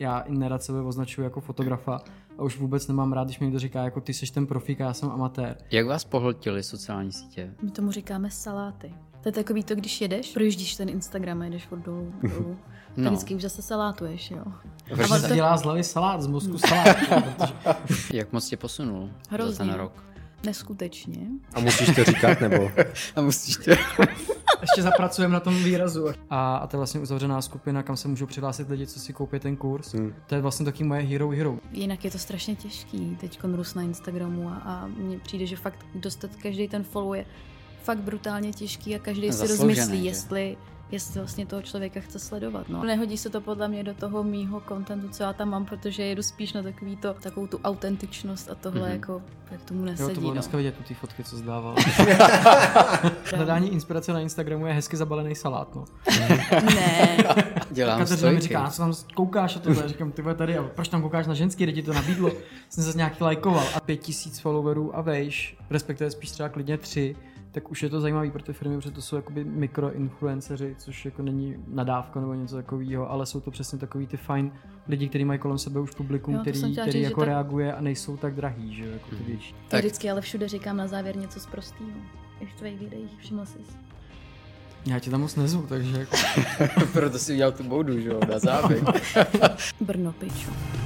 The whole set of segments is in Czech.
já i nerad sebe označuji jako fotografa a už vůbec nemám rád, když mi někdo říká, jako ty seš ten profík a já jsem amatér. Jak vás pohltily sociální sítě? My tomu říkáme saláty. To je takový to, když jedeš, projíždíš ten Instagram a jedeš od dolů. Tak vždycky už zase salátuješ, jo. Protože se dělá z hlavy salát, z mozku salát. Jak moc tě posunul za ten rok? Neskutečně. A musíš to říkat, nebo? A musíš to... Ještě zapracujeme na tom výrazu. A to je vlastně uzavřená skupina, kam se můžou přihlásit lidi, co si koupí ten kurz. To je vlastně taky moje hero. Jinak je to strašně těžký, teď růst na Instagramu a mně přijde, že fakt dostat každý ten follow je fakt brutálně těžký a každý si rozmyslí, jestli vlastně toho člověka chce sledovat. No. Nehodí se to podle mě do toho mýho kontentu, co já tam mám, protože jedu spíš na takovou tu autentičnost a tohle jako jak tomu nesedí. Jo, to bylo dneska vidět ty fotky, co zdával. Hledání inspirace na Instagramu je hezky zabalený salát, no. Ne. Dělám Kateřina mi říká, co tam koukáš a tohle, říkám, ty tady, a proč tam koukáš na ženský, kde ti to nabídlo, jsem zase nějaký lajkoval a 5000 followerů a vejš, respektive spíš třeba klidně 3, tak už je to zajímavý pro ty firmy, protože to jsou jakoby mikroinfluenceři, což jako není nadávka nebo něco takového, ale jsou to přesně takový ty fajn lidi, kteří mají kolem sebe už publikum, který jako reaguje a nejsou tak drahý, že jako ty větší. Já vždycky ale všude říkám na závěr něco z prostýho. I v tvých videích, všiml jsi. Já tě tam moc nezvu, takže jako... Proto si udělal tu boudu, že jo, na závěr. Brno, piču.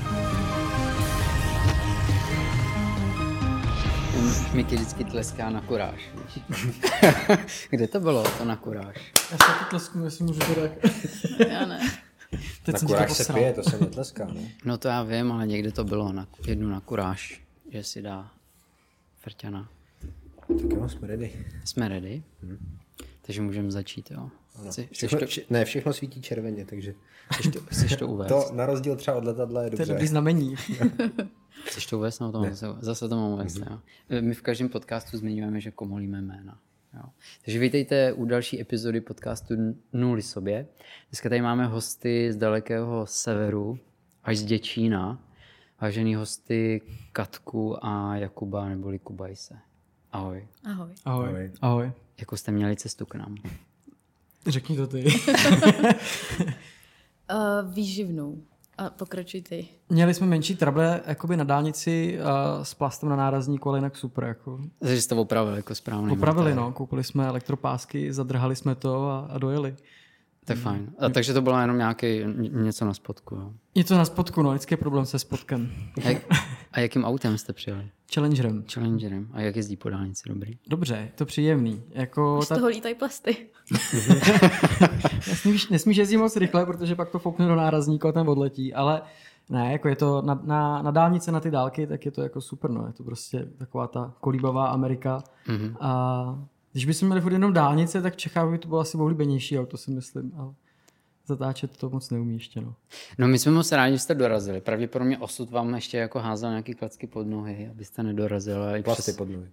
Miky vždycky tleská na kuráž, víš. Kde to bylo, to na kuráž? Já se taky tlesknu, jestli můžu to tak. Já ne. Na kuráž se pije, to se netleská, ne? No to já vím, ale někde to bylo, jednu na kuráž, že si dá frťana. Tak jo, jsme ready. Jsme ready? Takže můžeme začít, jo. Všechno svítí červeně, takže... Chceš to uvést? To na rozdíl třeba od letadla je dobře. To je dobrý znamení. Chceš to uvést? No, to zase to mám uvést, jo. My v každém podcastu zmiňujeme, že komolíme jména. Jo. Takže vítejte u další epizody podcastu Nuly sobě. Dneska tady máme hosty z dalekého severu, až z Děčína. Vážený hosty Katku a Jakuba neboli Kubajse. Ahoj. Ahoj. Ahoj. Ahoj. Jakou jste měli cestu k nám? Řekni to ty. Výživnou. A pokračuj ty. Měli jsme menší trable jakoby na dálnici s plastem na nárazníku, ale jinak super. Jako. Takže jste to opravili jako správný. Opravili, no. Koupili jsme elektropásky, zadrhali jsme to a dojeli. To je fajn. A takže to bylo jenom něco na spodku, jo? Něco na spodku, no. Vždycky je problém se spodkem. A jakým autem jste přijeli? Challengerem. A jak jezdí po dálnici? Dobrý? Dobře, je to příjemný. Jako z toho lítají plasty. Nesmíš jezdit moc rychle, protože pak to foukne do nárazníku a ten odletí, ale ne, jako je to na dálnice, na ty dálky, tak je to jako super, no. Je to prostě taková ta kolíbavá Amerika. A když bychom měli furt jenom dálnice, tak v Čechách by to bylo asi oblíbenější auto, si myslím, ale zatáčet to moc neumí ještě, no. No my jsme moc rádi, že jste dorazili. Pravděpodobně osud vám ještě jako házel nějaký klacky pod nohy, abyste nedorazili. Plasty pod nohy.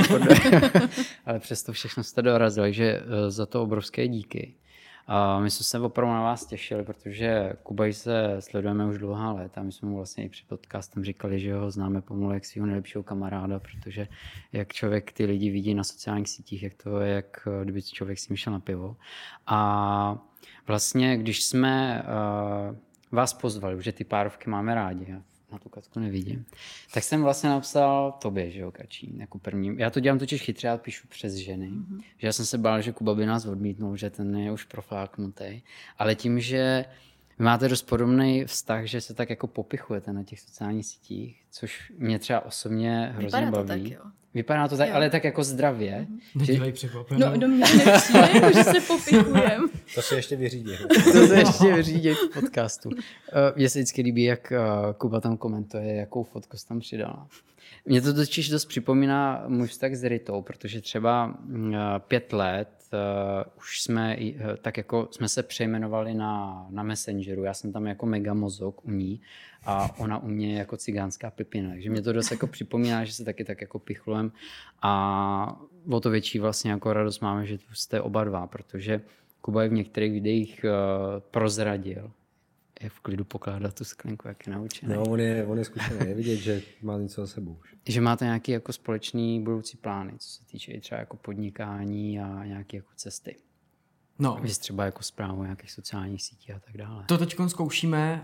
Ale přesto všechno jste dorazili, že za to obrovské díky. A my jsme se opravdu na vás těšili, protože Kubaj se sledujeme už dlouhá léta. My jsme mu vlastně i před podcastem říkali, že ho známe pomalu jak svého nejlepšího kamaráda, protože jak člověk ty lidi vidí na sociálních sítích, jak to je, jak kdyby člověk s ním šel na pivo. A vlastně, když jsme vás pozvali, že ty párovky máme rádi, já na tu Katku nevidím, tak jsem vlastně napsal tobě, že jo, Kačín, jako první. Já to dělám totiž chytře, já píšu přes ženy, že já jsem se bál, že Kuba by nás odmítnul, že ten je už profláknutý, ale tím, že máte dost podobný vztah, že se tak jako popichujete na těch sociálních sítích, což mě třeba osobně hrozně baví. Tak, jo. Vypadá to tak, ale tak jako zdravě. Nedělej překvapenou. No, do mě nepřijde, jako, že se popichujem. To se ještě vyřídí. To se ještě vyřídí v podcastu. Mně se vždycky líbí, jak Kuba tam komentuje, jakou fotku jsi tam přidala. Mě to totiž dost připomíná můj vztah s Ritou, protože třeba 5 let už jsme tak jako jsme se přejmenovali na Messengeru. Já jsem tam jako mega mozog u ní a ona u mě jako cigánská pipina. Takže mě to dost jako připomíná, že se taky tak jako pichlujem a o to větší vlastně jako radost máme, že tu jste oba dva, protože Kuba je v některých videích prozradil, jak v klidu pokládat tu sklenku, jak je naučený. No, on je zkušený, je vidět, že má něco za sebou. Že máte nějaké jako společný budoucí plány, co se týče i třeba jako podnikání a nějaké jako cesty. No. Vy třeba jako správu nějakých sociálních sítí a tak dále. To teď zkoušíme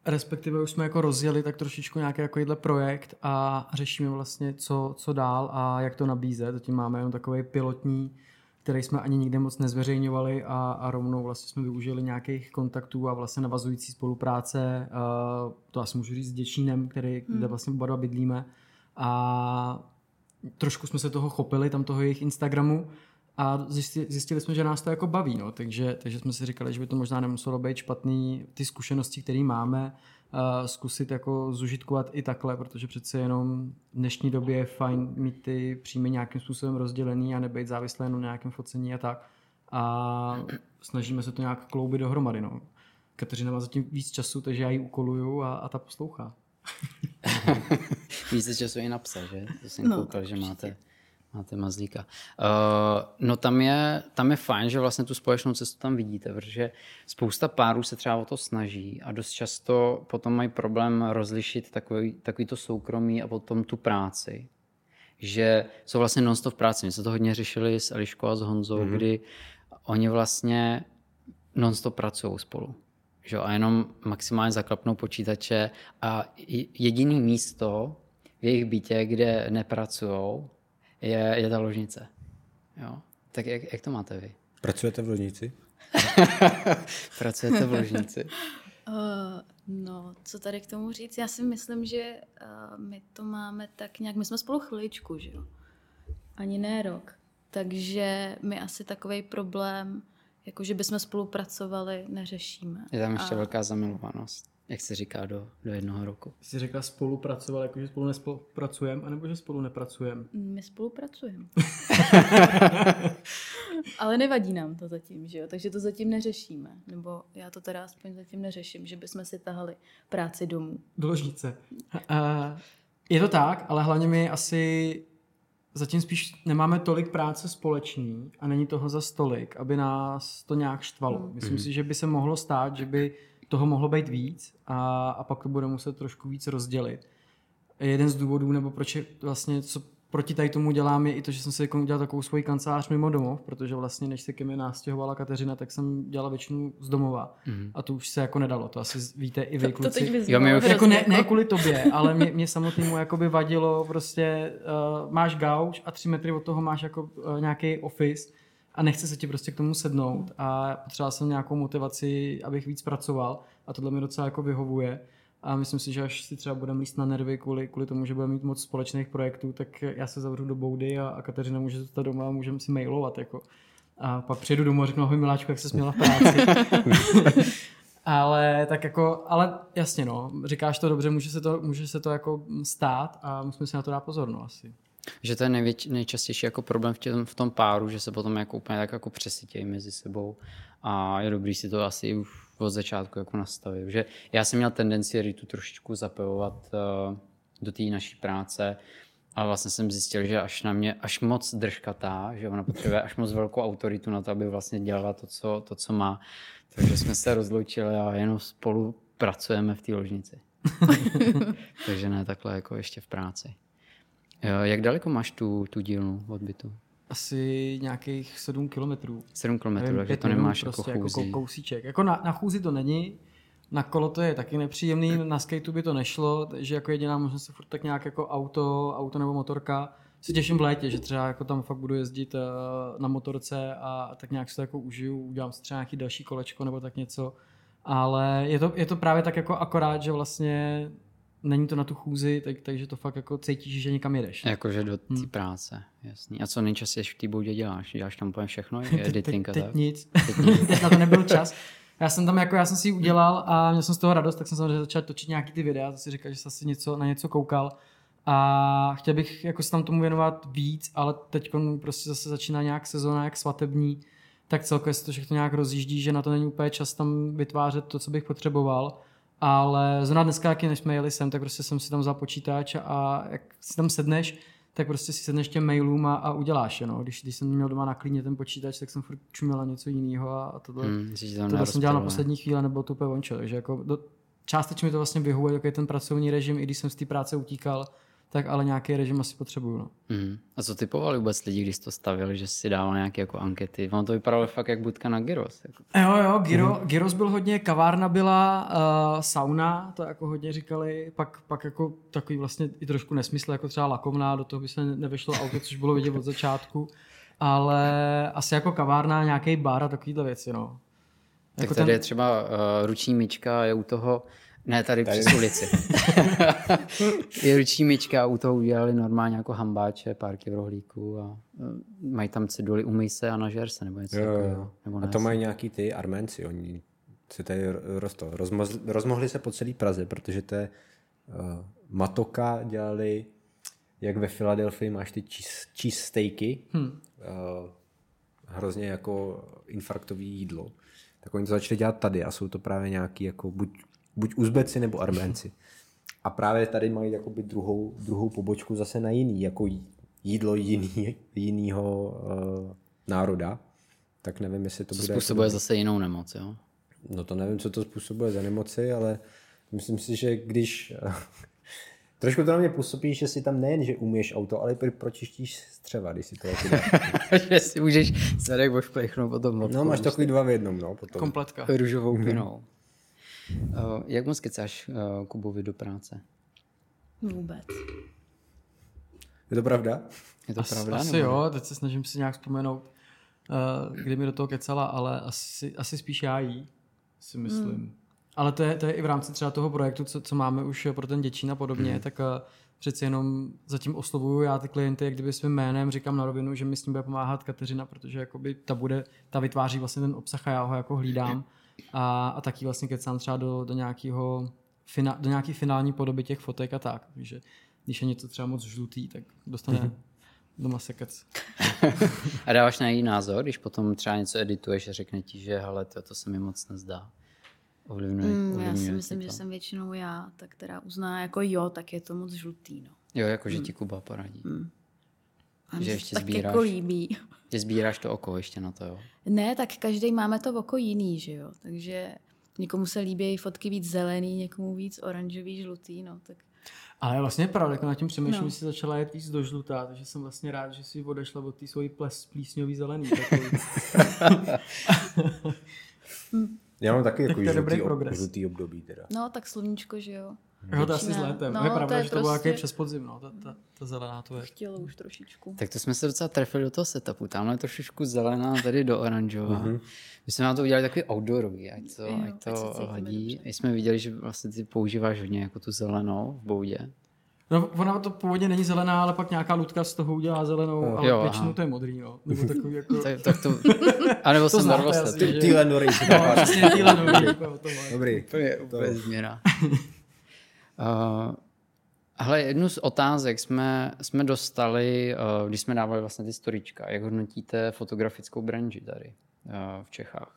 respektive už jsme jako rozjeli tak trošičku nějaký takovýhle projekt a řešíme vlastně co dál a jak to nabízet. Zatím máme jenom takový pilotní, který jsme ani nikde moc nezveřejňovali a rovnou vlastně jsme využili nějakých kontaktů a vlastně navazující spolupráce, to asi můžu říct s Děčínem, kde vlastně oba dva bydlíme a trošku jsme se toho chopili, tam toho jejich Instagramu a zjistili jsme, že nás to jako baví, no. takže jsme si říkali, že by to možná nemuselo být špatný ty zkušenosti, které máme, zkusit jako zužitkovat i takhle, protože přece jenom v dnešní době je fajn mít ty příjmy nějakým způsobem rozdělený a nebejt závislé jenom na nějakém focení a tak. A snažíme se to nějak kloubit dohromady. No. Kateřina má zatím víc času, takže já ji ukoluju a ta poslouchá. Více času i napsat, že? To jsem koukal, že máte mazlíka. No tam je fajn, že vlastně tu společnou cestu tam vidíte, protože spousta párů se třeba o to snaží a dost často potom mají problém rozlišit takový to soukromí a potom tu práci. Že jsou vlastně non-stop v práci. My jsme to hodně řešili s Eliškou a s Honzou, kdy oni vlastně non-stop pracují spolu. Že? A jenom maximálně zaklapnou počítače a jediný místo v jejich bytě, kde nepracujou, je ta ložnice. Jo? Tak jak to máte vy? Pracujete v ložnici? Pracujete v ložnici? No, co tady k tomu říct? Já si myslím, že my to máme tak nějak, my jsme spolu chviličku, že jo? Ani ne rok. Takže my asi takovej problém, jakože bychom spolupracovali, neřešíme. Je tam ještě velká zamilovanost, jak se říká do 1 roku. Jsi řekla spolupracoval, jakože spolu nespolupracujeme, anebo že spolu nepracujeme? My spolupracujeme. Ale nevadí nám to zatím, že jo? Takže to zatím neřešíme. Nebo já to teda aspoň zatím neřeším, že bychom si tahali práci domů. Do ložnice. Je to tak, ale hlavně my asi zatím spíš nemáme tolik práce společný a není toho za tolik, aby nás to nějak štvalo. Myslím si, že by se mohlo stát, že by toho mohlo být víc a pak to bude muset trošku víc rozdělit. Jeden z důvodů, nebo proč vlastně, co proti tady tomu dělám, je i to, že jsem si udělal takovou svoji kancelář mimo domov, protože vlastně, než se ke mně nástěhovala Kateřina, tak jsem dělala většinu z domova. A to už se jako nedalo, to asi víte i vy, kluci. Jako ne kvůli tobě, ale mě samotnému jakoby vadilo prostě, máš gauč a 3 metry od toho máš jako nějaký office a nechce se ti prostě k tomu sednout a potřeboval jsem nějakou motivaci, abych víc pracoval a tohle mi docela jako vyhovuje. A myslím si, že až si třeba budeme líst na nervy kvůli tomu, že budeme mít moc společných projektů, tak já se zavřu do boudy a Kateřina může zůstat doma a můžeme si mailovat. Jako. A pak přijedu domů a řeknu, ahoj miláčku, jak se měla v práci. ale jasně no, říkáš to dobře, může se to jako stát a musíme si na to dát pozor, no asi. Že to je nejčastější jako problém v tom páru, že se potom jako úplně tak jako přesytějí mezi sebou a je dobrý si to asi už od začátku jako nastavit. Že já jsem měl tendenci Ritu trošičku zapojovat do té naší práce a vlastně jsem zjistil, že až moc držkatá, že ona potřebuje až moc velkou autoritu na to, aby vlastně dělala to, co má. Takže jsme se rozloučili a jenom spolu pracujeme v té ložnici. Takže ne takhle jako ještě v práci. Jak daleko máš tu dílnu od bytu? Asi nějakých 7 kilometrů. 7 kilometrů, takže to nemáš prostě jako chůzí. Jako kousíček. Jako na chůzi to není, na kolo to je taky nepříjemný, na skateu by to nešlo, takže jako jediná možnost je furt tak nějak jako auto nebo motorka. Se těším v létě, že třeba jako tam fakt budu jezdit na motorce a tak nějak si to jako užiju, udělám si třeba nějaký další kolečko nebo tak něco. Ale je to právě tak jako akorát, že vlastně není to na tu chůzi, takže to fakt jako cítíš, že někam jedeš. Jakože do té práce, jasný. A co nejčastěji v té boudě děláš? Děláš tam úplně všechno? Editing a tak? Teď nic. Teď na to nebyl čas. Já jsem si ji udělal a měl jsem z toho radost, tak jsem samozřejmě začal točit nějaký ty videa, to si říkal, že jsi asi na něco koukal. A chtěl bych jako se tam tomu věnovat víc, ale teď prostě zase začíná nějak sezóna jak svatební, tak celkově se to všechno nějak rozjíždí, že na to není úplně čas tam vytvářet to, co bych potřeboval. Ale zrovna dneska, než jsme jeli sem, tak prostě jsem si tam vzal počítač a jak si tam sedneš, tak prostě si sedneš těm mailům a uděláš je. No. Když jsem měl doma na klíně ten počítač, tak jsem furt čuměl na něco jiného a tohle jsem dělal na poslední chvíli, nebylo to úplně vončo. Takže jako částečně mi to vlastně vyhovuje, jaký ten pracovní režim, i když jsem z té práce utíkal, tak ale nějaký režim asi potřebuju. No. A co typovali vůbec lidi, když to stavili, že si dával nějaké jako ankety? Ono to vypadalo fakt jak budka na gyros. Jako. Jo, gyros byl hodně, kavárna byla, sauna, to jako hodně říkali, pak jako takový vlastně i trošku nesmysl, jako třeba lakovná, do toho by se nevešlo auto, což bylo vidět od začátku, ale asi jako kavárna, nějaký bar a takovýhle věci, no. Tak jako tady je třeba ruční myčka, je u toho, ne tady přes ulici. Je ruční myčka a u toho udělali normálně jako hambáče, párky v rohlíku a mají tam ceduly umyj se a nažer se, nebo něco takového. A to mají nějaký ty Arménci, oni se tady rozmohli se po celý Praze, protože to je Matoka dělali, jak ve Filadelfii máš ty cheese steaky, hrozně jako infarktový jídlo, tak oni to začali dělat tady a jsou to právě nějaký jako buď Uzbeci nebo Arménci. A právě tady mají jakoby druhou pobočku zase na jiný, jako jídlo jinýho národa. Tak nevím, jestli to bude... Způsobuje zase jinou nemoc, jo? No to nevím, co to způsobuje za nemoci, ale myslím si, že když... Trošku to na mě působí, že si tam nejen, že umíš auto, ale i pročištíš střeva, když si to jako dáš. Že si můžeš zadek vošplechnout potom. No máš takový 2 v 1, no. Potom. Kompletka. Růžovou pinou. Jak moc kecáš Kubovi do práce? Vůbec. Je to pravda? Je to pravda? Asi nebo? jo, teď se snažím si nějak vzpomenout, kdy mi do toho kecala, ale asi spíš já jí, si myslím. Ale to je i v rámci třeba toho projektu, co máme už pro ten Děčín a podobně, tak přeci jenom zatím oslovuju já ty klienty, jak kdyby svým jménem říkám na rovinu, že mi s tím bude pomáhat Kateřina, protože jakoby ta vytváří vlastně ten obsah a já ho jako hlídám a taky vlastně kecám třeba do nějaký finální podoby těch fotek a tak, takže když je něco třeba moc žlutý, tak dostane doma sekec. A dáváš na její názor, když potom třeba něco edituješ a řekne ti, že hele, to se mi moc nezdá. Já si myslím, že jsem většinou já, ta, která uzná jako jo, tak je to moc žlutý. No. Jo, jako že ti Kuba poradí. A že ještě tak sbíráš, jako líbí. Že sbíráš to oko ještě na to, jo? Ne, tak každý máme to oko jiný, že jo. Takže někomu se líbí fotky víc zelený, někomu víc oranžový, žlutý, no tak. Ale vlastně pravda, jako nad tím přemýšlím, že si začala jet víc do žlutá, takže jsem vlastně rád, že si odešla od té svojí plísňový zelený. Já mám taky jako žlutý období teda. No, tak sluníčko, že jo. Jo, to asi s létem. No, je pravda, že to bylo prostě... nějaký přes podzim, no. Ta zelená to je. Chtělo už trošičku. Tak to jsme se docela trefili do toho setupu. Tamhle je trošičku zelená, tady do oranžová. My jsme na to udělali takový outdoorový, ať to hodí. My jsme viděli, že vlastně ty používáš hodně jako tu zelenou v boudě. No, ona to původně není zelená, ale pak nějaká ludka z toho udělá zelenou, ale většinou to je modrý, no. Nebo takový jako... tak to... A nebo jsem narvoslet. Týhle nory. No, přesně týhle nory. Dobrý. To je změna. Hele, jednu z otázek jsme dostali, když jsme dávali vlastně ty storyčka. Jak hodnotíte fotografickou branži tady v Čechách?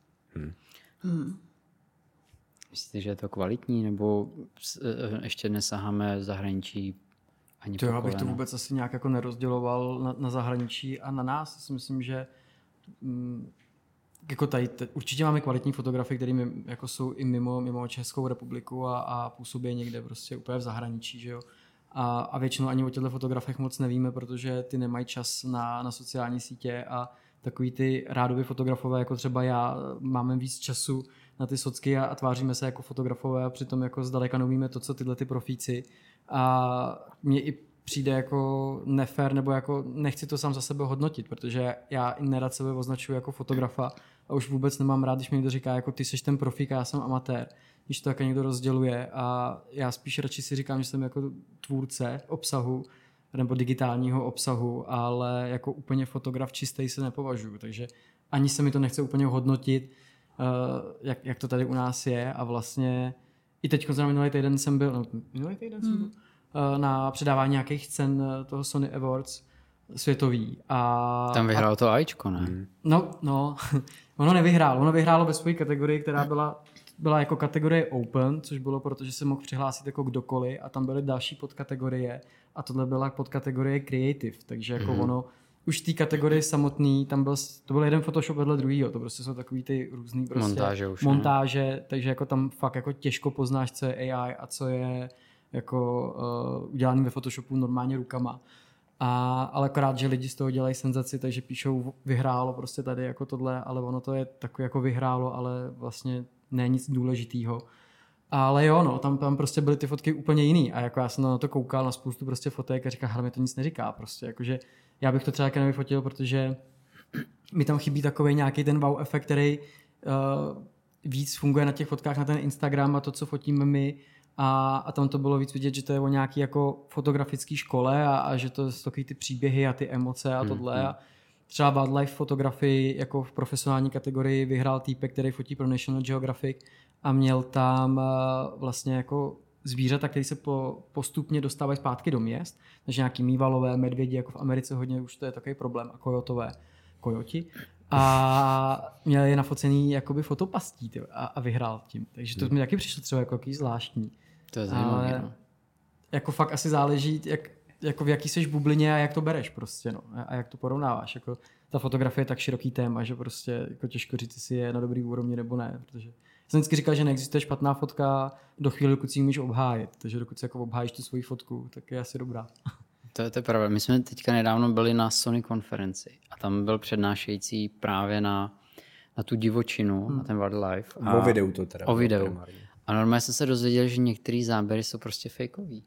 Myslíte, že je to kvalitní, nebo ještě nesaháme v zahraničí ani to já bych to vůbec asi nějak jako nerozděloval na zahraničí a na nás. Já si myslím, že jako tady určitě máme kvalitní fotografy, které jako jsou i mimo Českou republiku a působí někde prostě úplně v zahraničí, že jo. A většinou ani o těchto fotografech moc nevíme, protože ty nemají čas na sociální sítě a takový ty rádoby fotografové, jako třeba já, máme víc času na ty socky a tváříme se jako fotografové a přitom jako zdaleka neumíme to, co tyhle ty profíci. A mně i přijde jako nefér, nebo jako nechci to sám za sebe hodnotit, protože já i nerad sebe označuji jako fotografa a už vůbec nemám rád, když mi někdo říká, jako ty seš ten profík a já jsem amatér, když to také někdo rozděluje a já spíš radši si říkám, že jsem jako tvůrce obsahu nebo digitálního obsahu, ale jako úplně fotograf čistý se nepovažuji, takže ani se mi to nechce úplně hodnotit, jak to tady u nás je a vlastně i teď minulý týden jsem byl na předávání nějakých cen toho Sony Awards světový. A tam vyhrálo to AIčko, ne? No, ono nevyhrálo. Ono vyhrálo ve své kategorii, která byla jako kategorie Open, což bylo proto, že se mohl přihlásit jako kdokoliv a tam byly další podkategorie a tohle byla podkategorie Creative, takže jako ono už v té kategorii samotný, to byl jeden Photoshop vedle druhýho, to prostě jsou takový ty různý prostě montáže, takže jako tam fakt jako těžko poznáš, co je AI a co je jako udělaný ve Photoshopu normálně rukama. Ale akorát, že lidi z toho dělají senzaci, takže píšou vyhrálo prostě tady jako tohle, ale ono to je takové jako vyhrálo, ale vlastně ne nic důležitýho. Ale jo, no, tam prostě byly ty fotky úplně jiný a jako já jsem na to koukal na spoustu prostě fotek a říkal, hele, mi to nic neříká prostě, jakože já bych to třeba taky nevyfotil, protože mi tam chybí takovej nějaký ten wow efekt, který víc funguje na těch fotkách na ten Instagram a to, co fotíme my a tam to bylo víc vidět, že to je o nějaký jako fotografický škole a že to jsou takový ty příběhy a ty emoce a tohle a třeba wildlife fotografii jako v profesionální kategorii vyhrál týpek, který fotí pro National Geographic a měl tam vlastně jako zvířata, které se postupně dostávají zpátky do měst, takže nějaký mývalové, medvědi, jako v Americe hodně už to je takový problém, a kojoti. A měl je nafocený jakoby fotopastí a vyhrál tím. Takže to mi taky přišlo třeba jako jaký zvláštní. To je zajímavé. No. Jako fakt asi záleží, jako v jaký seš bublině a jak to bereš prostě, no. A jak to porovnáváš. Jako ta fotografie je tak široký téma, že prostě jako těžko říct, jestli je na dobrý úrovni nebo ne, protože jsem vždycky říkal, že neexistuje špatná fotka do chvíli, dokud si ji umíš obhájit. Takže dokud si jako obhájíš tu svoji fotku, tak je asi dobrá. To je pravda. My jsme teďka nedávno byli na Sony konferenci a tam byl přednášející právě na tu divočinu, na ten wildlife. O videu to teda. O videu. A normálně jsem se dozvěděl, že některé záběry jsou prostě fejkový.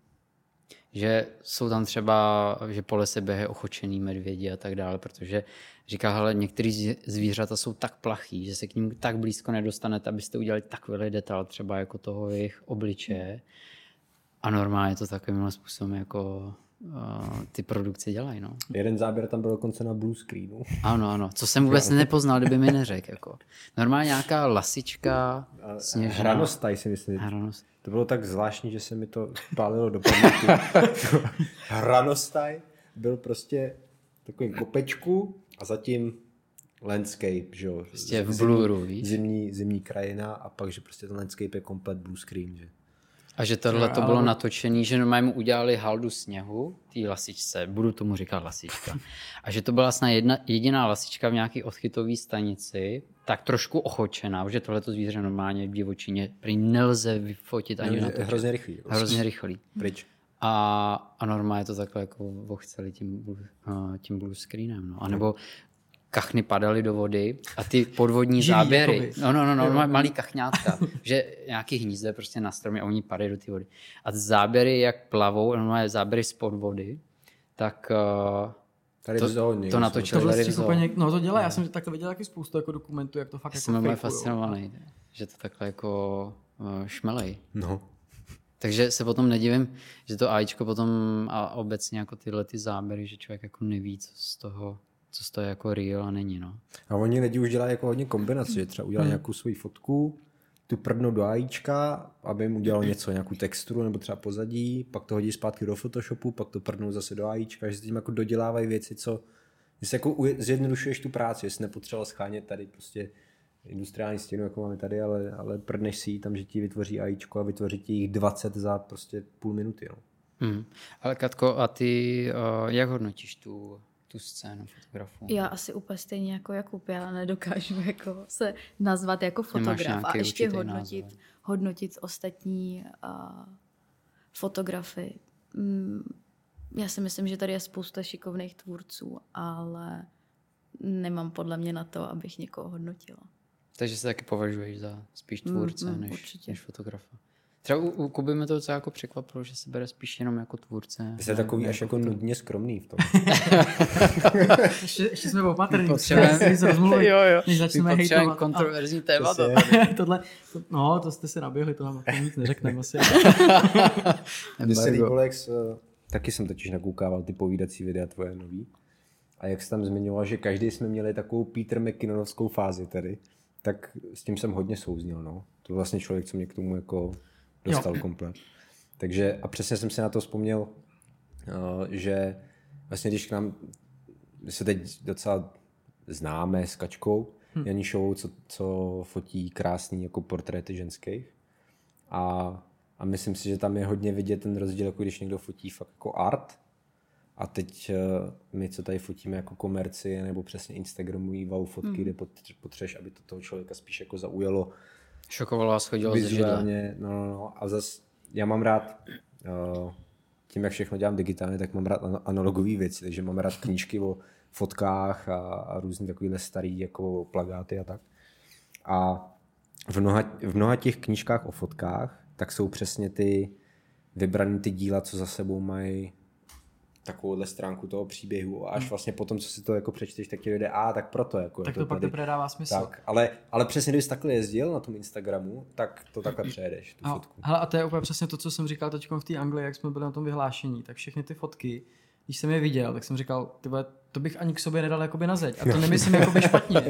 Že jsou tam třeba, že po lese běhají ochočený medvědi a tak dále, protože říká, hele, některý zvířata jsou tak plachý, že se k ním tak blízko nedostanete, abyste udělali takový detail třeba jako toho jejich obličeje. A normálně to takovým způsobem jako ty produkce dělají. No. Jeden záběr tam byl dokonce na blue screenu. Ano. Co jsem vůbec nepoznal, kdyby mi neřekl. Jako. Normálně nějaká lasička. Sněžná. Hranostaj si myslím. To bylo tak zvláštní, že se mi to pálilo do paměti. Hranostaj byl prostě takovým kopečku a zatím landscape, že jo. Prostě v bluru, víš? Zimní krajina a pak, že prostě ten landscape je komplet blue screen, že. A že tohle to bylo natočené, že normálně mu udělali haldu sněhu, té lasičce, budu tomu říkat lasička. A že to byla snad jediná lasička v nějaké odchytové stanici, tak trošku ochočená, protože tohleto zvíře normálně v divočině prý nelze vyfotit ani natočit. Hrozně rychlý. Hrozně rychlý. Pryč. A normálně to takhle jako ochceli tím blue screenem. No. A nebo kachny padaly do vody a ty podvodní záběry. No, malý kachňátka, že nějaký hnízde prostě na stromě a oni padají do té vody. A záběry, jak plavou, normálně záběry spod vody, tak tady to natočili. No to dělá, já jsem takhle viděl taky spoustu jako dokumentů, jak to fakt jsem jako jsem fascinovaný, že to takhle jako šmelej. No. Takže se potom nedivím, že to AIčko potom a obecně jako tyhle ty záběry, že člověk jako neví, co z toho je jako real a není, no. A oni lidi už dělají jako hodně kombinace, že třeba udělají nějakou svoji fotku, tu prdnou do AIčka, aby jim udělal něco, nějakou texturu nebo třeba pozadí, pak to hodí zpátky do Photoshopu, pak to prdnou zase do AIčka, že se tím jako dodělávají věci, co že se jako zjednodušuješ tu práci, jestli nepotřeboval schánět tady prostě industriální stěnu, jako máme tady, ale prdneš si ji tam, že ti vytvoří AIčko a vytvoří ti jich 20 za prostě půl minuty, no. Ale Katko, a ty jak hodnotíš tu scénu fotografů? Já asi úplně stejně jako Jakub, já nedokážu jako se nazvat jako fotograf a ještě hodnotit ostatní fotografy. Já si myslím, že tady je spousta šikovných tvůrců, ale nemám podle mě na to, abych někoho hodnotila. Takže se taky považuješ za spíš tvůrce než fotografa. Třeba u Kuby mi to docela jako překvapilo, že se bere spíš jenom jako tvůrce. Jsi takový až jako nudně skromný v tom. ještě jsme opatrní. Potřebujeme kontroverzní téma. To jste si naběhli, to nám nic neřekneme asi. Rolex, taky jsem totiž nakoukával ty povídací videa tvoje nový. A jak jsi tam zmiňoval, že každý jsme měli takovou Peter McKinnonovskou fázi tady, tak s tím jsem hodně souzněl. No. To je vlastně člověk, co mě k tomu jako dostal komplet. Takže a přesně jsem si na to vzpomněl, že vlastně když k nám se teď docela známe s Kačkou Janišovou, co fotí krásný jako portréty ženských. A myslím si, že tam je hodně vidět ten rozdíl, jako když někdo fotí fakt jako art. A teď my, co tady fotíme jako komerci nebo přesně instagramový wow fotky, kde potřebuješ, aby to toho člověka spíš jako zaujalo. Šokovalo a schodilo ze židle. No. A zase já mám rád tím, jak všechno dělám digitálně, tak mám rád analogové věci, takže mám rád knížky o fotkách a různý takovýhle starý jako plagáty a tak. A v mnoha těch knížkách o fotkách tak jsou přesně ty vybraný ty díla, co za sebou mají takovouhle stránku toho příběhu a až vlastně potom, co si to jako přečteš, tak ti jde, tak proto. Jako tak to pak to dává smysl. Tak, ale přesně, kdybys takhle jezdil na tom Instagramu, tak to takhle přejedeš, tu fotku. Hele, a to je úplně přesně to, co jsem říkal teď v té Anglii, jak jsme byli na tom vyhlášení, tak všechny ty fotky, když jsem je viděl, tak jsem říkal, to bych ani k sobě nedal jakoby na zeď. A to nemyslím jakoby špatně.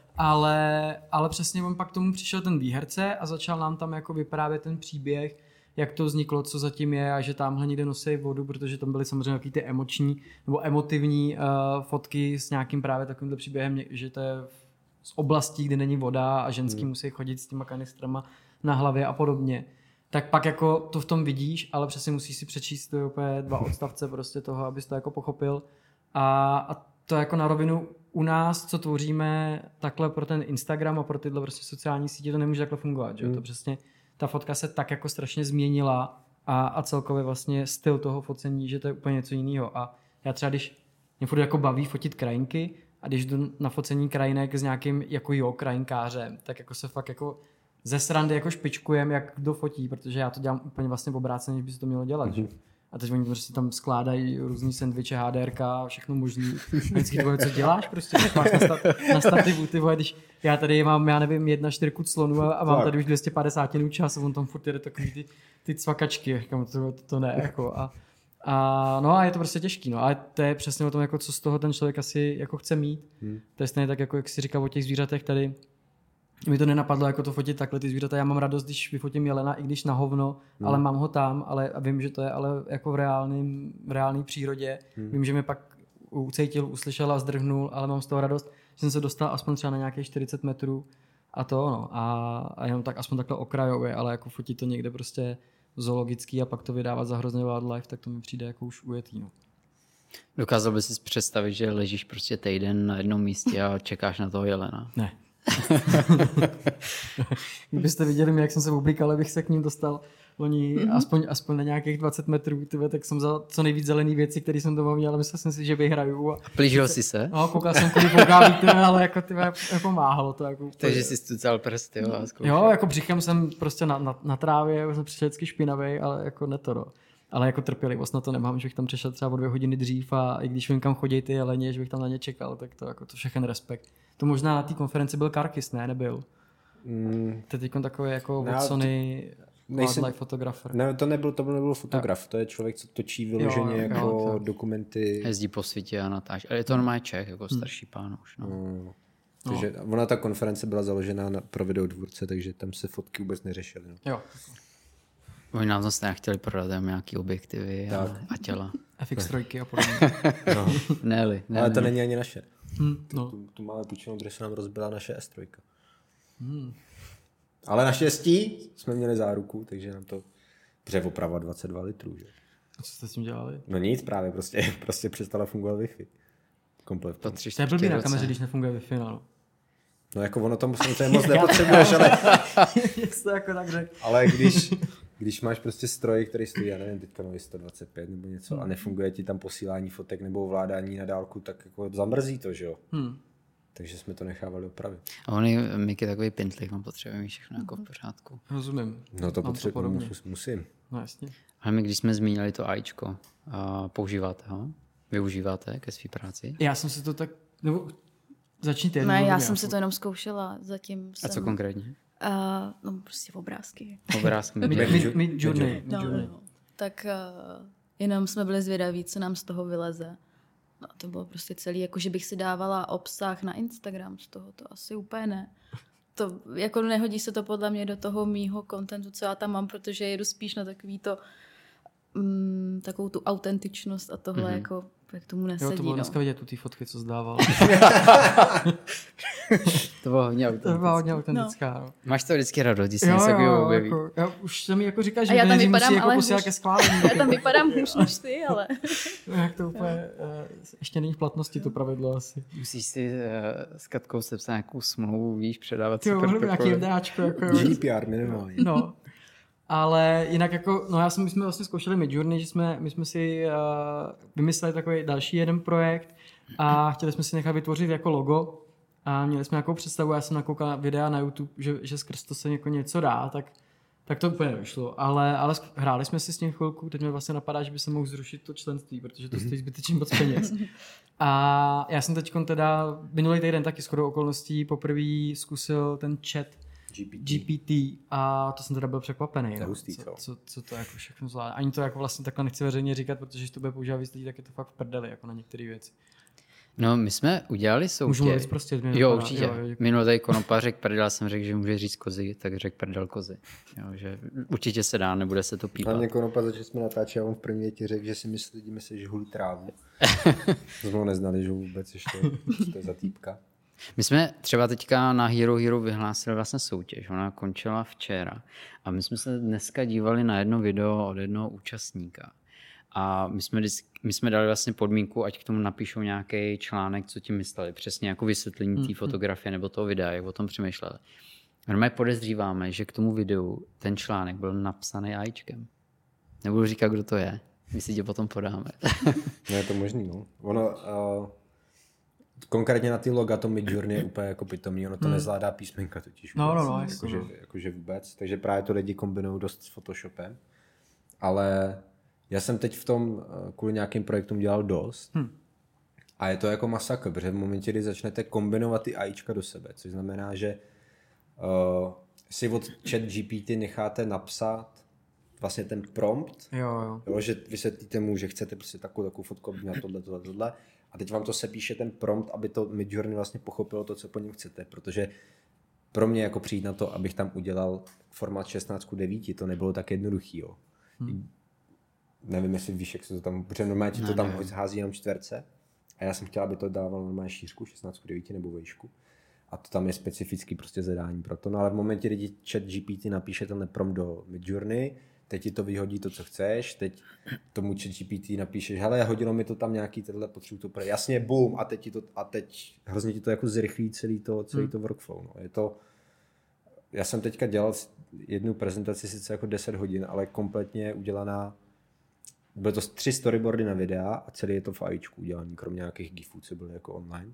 Ale přesně on pak tomu přišel ten výherce a začal nám tam jako vyprávět ten příběh, jak to vzniklo, co zatím je a že tamhle někde nosí vodu, protože tam byly samozřejmě nějaký ty emoční nebo emotivní fotky s nějakým právě takovýmhle příběhem, že to je z oblastí, kde není voda a ženský musí chodit s těma kanistrama na hlavě a podobně. Tak pak jako to v tom vidíš, ale přesně musíš si přečíst úplně 2 odstavce prostě toho, abys to jako pochopil. A to jako na rovinu u nás, co tvoříme takhle pro ten Instagram a pro tyhle prostě sociální sítě, to nemůže takhle fungovat, že? To přesně ta fotka se tak jako strašně změnila a celkově vlastně styl toho focení, že to je úplně něco jiného. A já třeba, když mě furt jako baví fotit krajinky a když jdu na focení krajinek s nějakým jako krajinkářem, tak jako se fakt jako ze srandy jako špičkujem, jak kdo fotí, protože já to dělám úplně vlastně obráceně, než by se to mělo dělat. Že? A teď oni prostě tam skládají různý sendviče, HDRK, všechno možný. Vždycky tvoje, co děláš prostě, tak máš na stativu, ty vole, když já tady mám, já nevím, 1/4 clonu a mám tady už 250 čas a on tam furt jede takový ty cvakačky, říkám, to ne, jako no a je to prostě těžký, no, ale to je přesně o tom, jako co z toho ten člověk asi jako chce mít. To je stejně tak, jako jak jsi říkal o těch zvířatech tady, mi to nenapadlo jako to fotit takhle ty zvířata. Já mám radost, když vyfotím jelena, i když na hovno, ale mám ho tam, a vím, že to je ale jako v reálné přírodě. Vím, že mě pak ucítil, uslyšel a zdrhnul, ale mám z toho radost, že jsem se dostal aspoň třeba na nějakých 40 metrů a to no. A jenom tak aspoň takhle okrajově, ale jako fotit to někde prostě zoologický a pak to vydávat za hrozně wildlife, tak to mi přijde jako už ujetý, no. Dokázal bys si představit, že ležíš prostě týden na jednom místě a čekáš na toho jelena? Ne. Kdybyste viděli, jak jsem se oblíkal, abych se k ním dostal aspoň na nějakých 20 metrů, tak jsem vzal co nejvíc zelený věci, které jsem doma měl, ale myslel jsem si, že vyhraju. Plížil jsi se? No, koukal jsem kudy foukáví, ale jako pomáhalo to. Jako, takže jsi stucal prsty. Jo, jako břichem jsem prostě na trávě, jsem přišel vždycky špinavej, ale jako netoro. Ale jako trpělivost na to nemám, že bych tam přišel třeba o 2 hodiny dřív a i když vím, kam chodí ty jeleni, že bych tam na ně čekal, tak to jako to všechen respekt. To možná na té konferenci byl Karkis, ne? Nebyl? To je teď takový jako od Sony wildlife fotografer. Ne, to nebyl fotograf, to je člověk, co točí vyloženě jako dokumenty. Jezdí po světě a natáčí. Ale je to normálně Čech, jako starší pán už. No. Takže ona ta konference byla založená pro videodvůrce, takže tam se fotky vůbec neřešily. No. Jo. Oni nám zase nechtěli prodat nějaký objektivy a těla. FX3 a podobně. No. Ne. Ale to není ani naše. No. Tu máme půjčenou, protože se nám rozbila naše S3. Ale naštěstí jsme měli záruku, takže nám to oprava 22 litrů. Že? A co jste s tím dělali? No nic, právě prostě přestala fungovat Wi-Fi. Komplet. To je blbý na kameře, když nefunguje Wi-Fi, no. No jako ono tam samozřejmě moc nepotřebuješ, ale... to jako tak řek. Ale když máš prostě stroj, který stojí, já nevím, teďka nový 125 nebo něco a nefunguje ti tam posílání fotek nebo ovládání na dálku, tak jako zamrzí to, že jo? Takže jsme to nechávali opravit. A on je Miky takový pintlík, mám potřebuji mít všechno jako v pořádku. Rozumím. No to musím. No jasně. Ale my, když jsme zmínili to AIčko, používáte ho? Využíváte ke své práci? Já jsem si to tak... Nebo začněte. Ne, já jsem si to jenom zkoušela, zatím jsem... A co konkrétně? No prostě obrázky. Obrázky. Midjourney. No. Tak jenom jsme byli zvědaví, co nám z toho vyleze. No to bylo prostě celý, jako že bych si dávala obsah na Instagram z toho, to asi úplně ne. To, jako nehodí se to podle mě do toho mýho kontentu, co já tam mám, protože jedu spíš na takový to, takovou tu autentičnost a tohle jako jak tomu nesedí. Jo, to bylo dneska vidět ty fotky, co zdával. To bylo hodně autentická. No. Máš to vždycky radost, když se něco objeví. Jako, já už jsem mi jako říkal, že to musí jako posílat ke schválení. Já tam vypadám hůř než ty, ale... Jak to úplně, ještě není v platnosti to pravidlo asi. Musíš si s Katkou sepsat nějakou smlouvu, víš, předávat si protokoly. Nějaký MDAčko. Jako, GDPR minimálně. No. Ale jinak jako, no my jsme vlastně zkoušeli Midjourney, že my jsme si vymysleli takový další jeden projekt a chtěli jsme si nechat vytvořit jako logo a měli jsme nějakou představu, já jsem nakoukal videa na YouTube, že skrz to se jako něco dá, tak to úplně nevyšlo, ale hráli jsme si s tím chvilku, teď mi vlastně napadá, že by se mohl zrušit to členství, protože to stojí zbytečně moc peněz. A já jsem teď teda minulý týden taky shodou okolností poprvé zkusil ten chat GPT a to jsem teda byl překvapený. Co to jako všechno zvládá. Ani to jako vlastně takhle nechci veřejně říkat, protože když to bude používat víc lidí, tak je to fakt v prdeli jako na některé věci. No, my jsme udělali soutěž. Můžu mluvit prostě? Jo, určitě. Minulý Konopa řekl prdel, já jsem řekl, že může říct kozy, tak řekl prdel kozy. Jo, že určitě se dá, nebude se to pípat. Hlavně Konopa, začali jsme natáčet a on v první větě řekl, že si myslí, že hulí trávu. To jsme ho neznali, že vůbec ještě, to je za týpka. My jsme třeba teďka na Hero vyhlásili vlastně soutěž, ona končila včera a my jsme se dneska dívali na jedno video od jednoho účastníka. A my jsme dali vlastně podmínku, ať k tomu napíšou nějaký článek, co tím mysleli. Přesně jako vysvětlení té fotografie nebo toho videa, jak o tom přemýšleli. Normálně podezříváme, že k tomu videu ten článek byl napsaný AIčkem. Nebudu říkat, kdo to je. My si tě potom podáme. No je to možný, no. Ono, konkrétně na ty loga to Midjourney je úplně jako pitomný. Ono to nezvládá písmenka totiž vůbec. Jakože vůbec. Takže právě to lidi kombinují dost s Photoshopem. Ale já jsem teď v tom kvůli nějakým projektům dělal dost a je to jako masakr, protože v momentě, kdy začnete kombinovat ty AIčka do sebe, což znamená, že si od ChatGPT necháte napsat vlastně ten prompt, jo, že vysvětlíte mu, že chcete prostě takovou fotku na tohle a teď vám to sepíše ten prompt, aby to Midjourney vlastně pochopilo to, co po něm chcete, protože pro mě jako přijít na to, abych tam udělal formát 16:9, to nebylo tak jednoduchý, jo. Nevím, jestli víš, jak se to tam, protože normálně ti to tam hází jenom čtverce a já jsem chtěl, aby to dávalo normálně šířku 16:9 nebo vejšku a to tam je specifický prostě zadání pro to, no ale v momentě, kdy ChatGPT napíše tenhle prompt do Midjourney, teď ti to vyhodí to, co chceš, teď tomu ChatGPT napíšeš, hele, hodilo mi to tam nějaký tenhle potřebu to jasně, boom, a teď hrozně ti to jako zrychlí celý to workflow, no. Je to, já jsem teďka dělal jednu prezentaci sice jako 10 hodin, ale kompletně udělaná. Byly to 3 storyboardy na videa a celý je to v AIčku udělaný, kromě nějakých gifů, co byly jako online.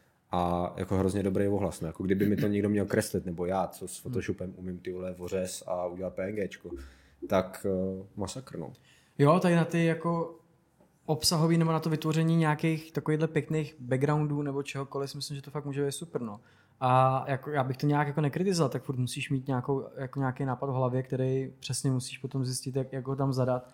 A jako hrozně dobrý ohlas, no. Jako kdyby mi to někdo měl kreslit, nebo já, co s Photoshopem umím ty vořez a udělat PNGčko, tak masakr, no. Jo, tady na ty jako obsahový nebo na to vytvoření nějakých takovýchhle pěkných backgroundů nebo čehokoliv, myslím, že to fakt může být super, no. A jako, já bych to nějak jako nekritizoval, tak furt musíš mít nějaký nápad v hlavě, který přesně musíš potom zjistit, jak ho tam zadat.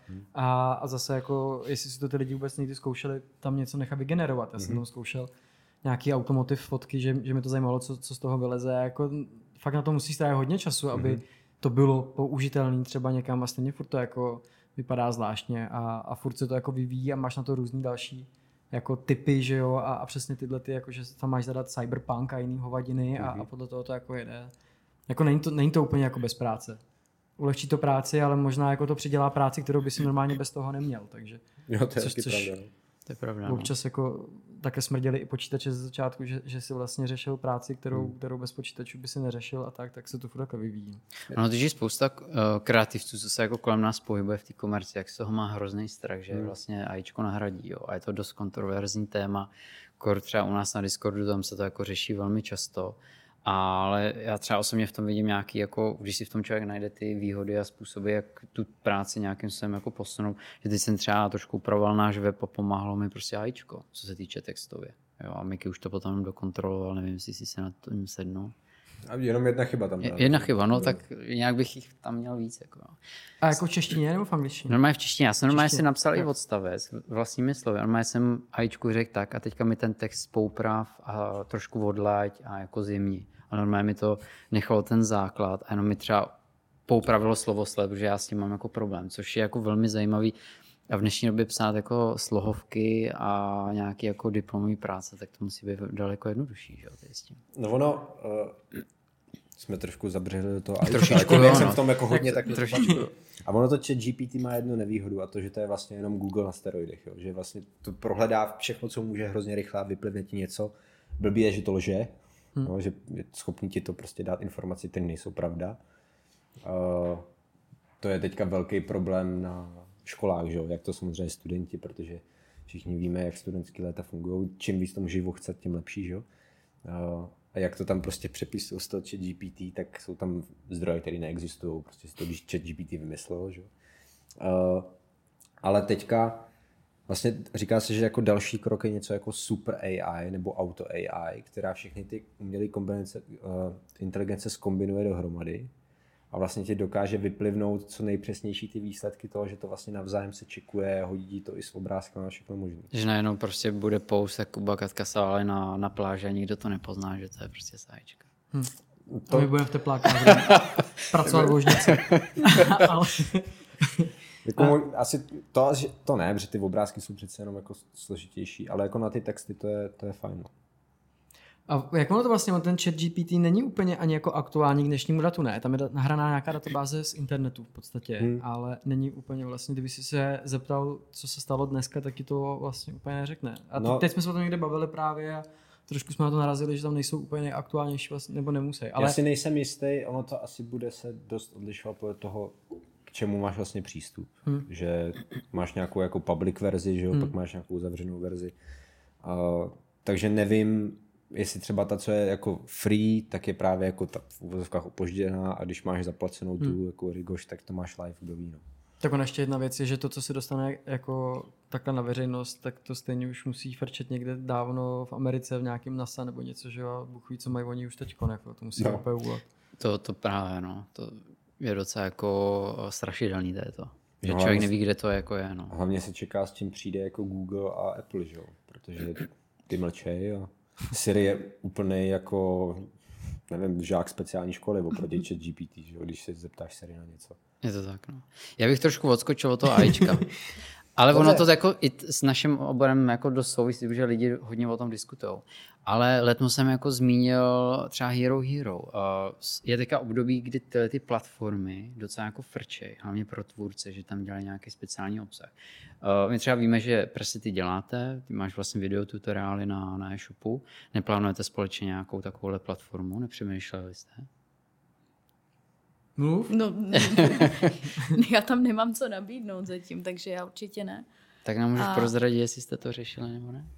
A zase jako, jestli si to ty lidi vůbec někdy zkoušeli, tam něco nechat vygenerovat. Já jsem tam zkoušel nějaký automotiv fotky, že mi to zajímalo, co z toho vyleze. Jako, fakt na to musí strávit hodně času, aby to bylo použitelné třeba někam a stejně furt to jako vypadá zvláštně a furt se to jako vyvíjí a máš na to různý další jako typy, že jo, a přesně tyhle ty, jako že tam máš zadat cyberpunk a jiný hovadiny a podle toho to jako jede. Jako není to úplně jako bez práce. Ulehčí to práci, ale možná jako to přidělá práci, kterou by si normálně bez toho neměl, takže. Jo, to je pravda. To je pravda. Občas jako také smrděli i počítače ze začátku, že si vlastně řešil práci, kterou bez počítačů by si neřešil a tak se to furt jako vyvíjí. Ano, takže spousta kreativců, co se jako kolem nás pohybuje v té komerci, jak z toho má hrozný strach, že vlastně AIčko nahradí, jo. A je to dost kontroverzní téma. Třeba u nás na Discordu tam se to jako řeší velmi často. Ale já třeba osobně v tom vidím nějaký, jako, když si v tom člověk najde ty výhody a způsoby, jak tu práci nějakým způsobem jako posunout, že teď jsem třeba trošku upravoval náš web a pomáhalo mi prostě AIčko, co se týče textově. Jo, a Miky už to potom dokontroloval, nevím, jestli si se na to sednul. A jenom jedna chyba tam. Jedna chyba, no, tak nějak bych jich tam měl víc. Jako. A jako v češtině nebo v angličtině? Normálně v češtině. Já jsem normálně si napsal i odstavec vlastními slovy. Normálně jsem AIčku řekl tak a teďka mi ten text pouprav a trošku odlaď a jako zjemni. A normálně mi to nechalo ten základ a jenom mi třeba poupravilo slovosled, protože já s tím mám jako problém, což je jako velmi zajímavý. A v dnešní době psát jako slohovky a nějaký jako diplomový práce, tak to musí být daleko jednodušší, že jo, tady s tím. No ono, jsme trošku zabřehli do toho. Trošičku, jak jsem v tom jako hodně tak trošičku. A ono to ChatGPT má jednu nevýhodu a to, že to je vlastně jenom Google na steroidech, jo? Že vlastně to prohledá všechno, co může hrozně rychle a vyplivne ti něco. Blbý je, že to lže, no, že je schopný ti to prostě dát informace, které nejsou pravda. to je teďka velký problém na školách, že jo? Jak to samozřejmě studenti, protože všichni víme, jak studentský léta fungují. Čím víc to můžeš ochcat, tím lepší, že jo? A jak to tam prostě přepisují z toho ChatGPT, tak jsou tam zdroje, které neexistují. Prostě si to, když ChatGPT vymyslel, že jo? Ale teďka vlastně říká se, že jako další krok je něco jako super AI nebo auto AI, která všechny ty umělé inteligence zkombinuje dohromady a vlastně ti dokáže vyplivnout co nejpřesnější ty výsledky toho, že to vlastně navzájem se čekuje, hodí to i s obrázkami a všechno možné. Že najednou prostě bude poust jak Kuba Katka Sále na pláži a nikdo to nepozná, že to je prostě sáječka. To my budeme v teplákách pracovat v ložnici. Ale... Jako asi to ne, protože ty obrázky jsou přece jenom jako složitější, ale jako na ty texty to je fajn. A jak ono to vlastně, ten ChatGPT není úplně ani jako aktuální k dnešnímu datu, ne? Tam je nahraná nějaká databáze z internetu v podstatě, ale není úplně vlastně, kdyby si se zeptal, co se stalo dneska, tak ti to vlastně úplně neřekne. A teď jsme se o tom někde bavili právě a trošku jsme na to narazili, že tam nejsou úplně nejaktuálnější vlastně, nebo nemusí. Ale... Já si nejsem jistý, ono to asi bude se dost odlišovat podle toho, k čemu máš vlastně přístup. Že máš nějakou jako public verzi, že jo, pak máš nějakou zavřenou verzi. Takže nevím, jestli třeba ta, co je jako free, tak je právě jako ta v uvozovkách opožděná a když máš zaplacenou tu jako Rigoš, tak to máš live, kdo ví, no. Tak ona ještě jedna věc je, že to, co se dostane jako takhle na veřejnost, tak to stejně už musí frčet někde dávno v Americe, v nějakém NASA nebo něco, že jo, Bůh ví, co mají oni už teďko, jako to musí úplně uvat. To právě, no, to je docela jako strašidelný to. Že člověk neví, kde to jako je, no. Hlavně se čeká, s čím přijde jako Google a Apple, že jo, protože ty mlčej a Siri je úplnej jako, nevím, žák speciální školy oproti ChatGPT, že jo, když se zeptáš Siri na něco. Je to tak, no. Já bych trošku odskočil od toho AIčka. Ale ono to jako i s naším oborem jako dost souvisí, protože lidi hodně o tom diskutují. Ale letmo jsem jako zmínil třeba Hero. Je teďka období, kdy ty platformy docela jako frčej, hlavně pro tvůrce, že tam dělají nějaký speciální obsah. My třeba víme, že ty děláte, ty máš vlastně videotutoriály na e-shopu, neplánujete společně nějakou takovouhle platformu, nepřemýšleli jste? Mluv? No, já tam nemám co nabídnout zatím, takže já určitě ne. Tak nám můžeš prozradit, jestli jste to řešili nebo ne?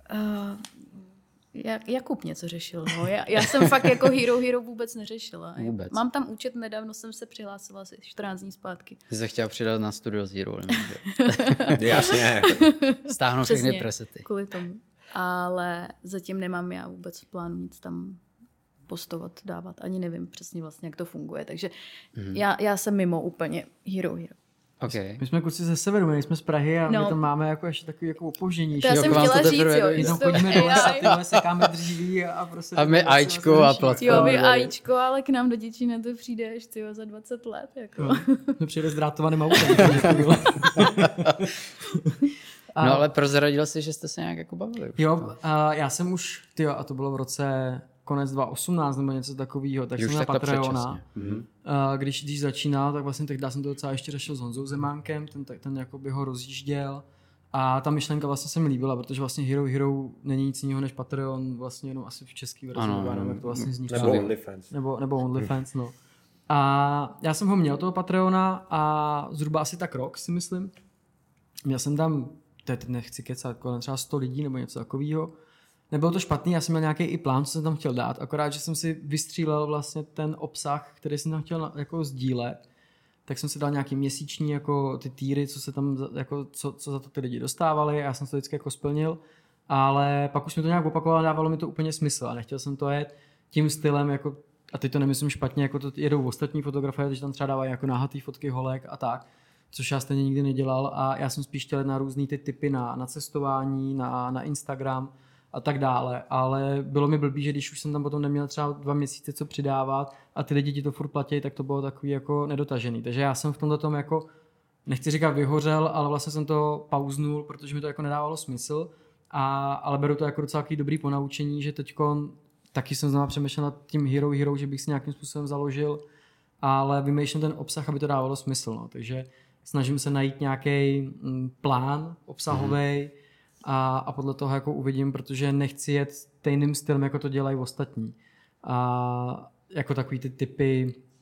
Jakub něco řešil. No. Já jsem fakt jako Hero vůbec neřešila. Vůbec. Mám tam účet, nedávno jsem se přihlásila asi 14 dní zpátky. Ty se chtěla přidat na Studio Zero. Jasně. Stáhnout všechny presety. Kvůli tomu. Ale zatím nemám já vůbec plán nic tam postovat, dávat. Ani nevím přesně vlastně, jak to funguje. Takže já jsem mimo úplně Hero. Okay. My jsme kluci ze severu, my jsme z Prahy a my tam máme jako ještě takový jako opožděnější. To já jsem chtěla říct, jo. Jenom chodíme do lesa, tyhle sekáme dříví a prostě... A my AIčko a platformy. Jo, my AIčko, ale k nám do Děčína to přijde až za 20 let. Jako. No přijde s drátovaným autem. No ale prozradil jsi, že jste se nějak jako bavili. Jo, já jsem už, a to bylo v roce konec 2018 nebo něco takového, tak jsem na Patreona. Když začínal, tak vlastně tehdy jsem to docela ještě řešil s Honzou Zemánkem, ten jakoby ho rozjížděl a ta myšlenka vlastně se mi líbila, protože vlastně Hero není nic jiného než Patreon, vlastně jenom asi v český verzi, jak to vlastně zní. Nebo OnlyFans. Nebo OnlyFans, no. A já jsem ho měl, toho Patreona, a zhruba asi tak rok, si myslím. Měl jsem tam, teď nechci kecat, kolem třeba 100 lidí nebo něco takového. Nebylo to špatný, já jsem měl nějaký i plán, co jsem tam chtěl dát, akorát, že jsem si vystřílel vlastně ten obsah, který jsem tam chtěl jako sdílet, tak jsem si dal nějaký měsíční jako ty týry, co se tam, jako, co za to ty lidi dostávali, a já jsem to vždycky jako splnil, ale pak už mi to nějak opakovalo, dávalo mi to úplně smysl a nechtěl jsem to jet tím stylem, jako, a teď to nemyslím špatně, jako to jedou ostatní fotografie, takže tam třeba dávají jako náhatý fotky holek a tak, což já stejně nikdy nedělal, a já jsem spíš chtěl na různý ty typy na cestování, na Instagram a tak dále, ale bylo mi blbý, že když už jsem tam potom neměl třeba 2 měsíce co přidávat a ty lidi ti to furt platí, tak to bylo takový jako nedotažený. Takže já jsem v tomhle tom jako, nechci říkat vyhořel, ale vlastně jsem to pauznul, protože mi to jako nedávalo smysl, ale beru to jako docela dobrý ponaučení, že teďko taky jsem znovu přemýšlel nad tím Hero, že bych si nějakým způsobem založil, ale vymýšlím ten obsah, aby to dávalo smysl. No. Takže snažím se najít nějaký plán obsahový, a podle toho jako uvidím, protože nechci jet stejným stylem, jako to dělají ostatní. A jako takový ty typy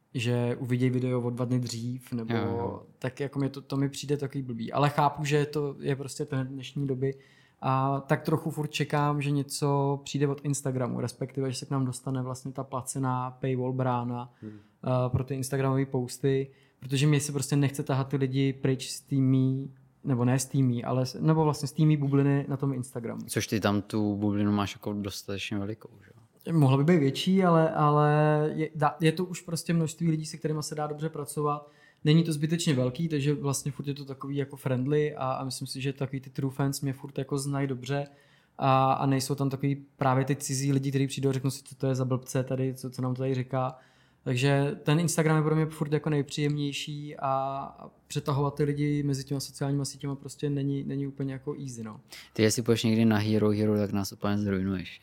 že uvidějí video o 2 dny dřív, nebo tak jako to mi přijde takový blbý. Ale chápu, že to je prostě ten dnešní doby a tak trochu furt čekám, že něco přijde od Instagramu, respektive, že se k nám dostane vlastně ta placená paywall brána pro ty instagramové posty, protože mě se prostě nechce tahat ty lidi pryč z týmí, nebo ne z týmí, ale nebo vlastně z týmí bubliny na tom Instagramu. Což ty tam tu bublinu máš jako dostatečně velikou, že? Mohla by být větší, ale je to už prostě množství lidí, se kterými se dá dobře pracovat. Není to zbytečně velký, takže vlastně furt je to takový jako friendly a myslím si, že takový ty true fans mě furt jako znají dobře a nejsou tam takový právě ty cizí lidi, kteří přijdou a řeknou si, co to je za blbce tady, co nám to tady říká. Takže ten Instagram je pro mě furt jako nejpříjemnější a přetahovat ty lidi mezi těma sociálníma sítěma prostě není úplně jako easy, no. Ty jestli půjdeš někdy na Hero, tak nás úplně zrujnuješ.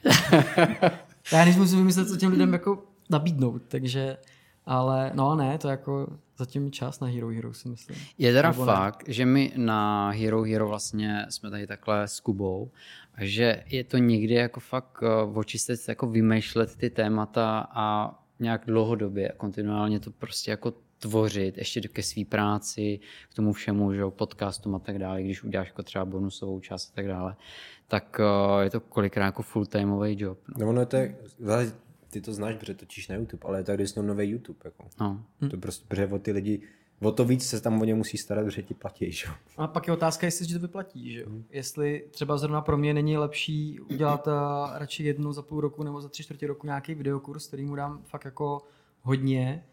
Já než musím vymyslet, co těm lidem jako nabídnout, takže, ale no ne, to jako zatím čas na Hero si myslím. Je teda fakt, že my na Hero vlastně jsme tady takhle s Kubou, že je to někdy jako fakt očistit, jako vymýšlet ty témata a nějak dlouhodobě a kontinuálně to prostě jako tvořit ještě ke své práci, k tomu všemu, že podcastům a tak dále, když uděláš jako třeba bonusovou část a tak dále, tak je to kolikrát jako full-timeový job. No ono to je, ty to znáš, protože točíš na YouTube, ale je tak, když jsi nový YouTube. Jako. No. To prostě, protože o ty lidi, o to víc se tam o ně musí starat, protože ti platí, že? A pak je otázka, jestli to vyplatí, že? Jestli třeba zrovna pro mě není lepší udělat radši jednou za půl roku nebo za 3/4 roku nějaký videokurs, který mu dám fakt jako hodně,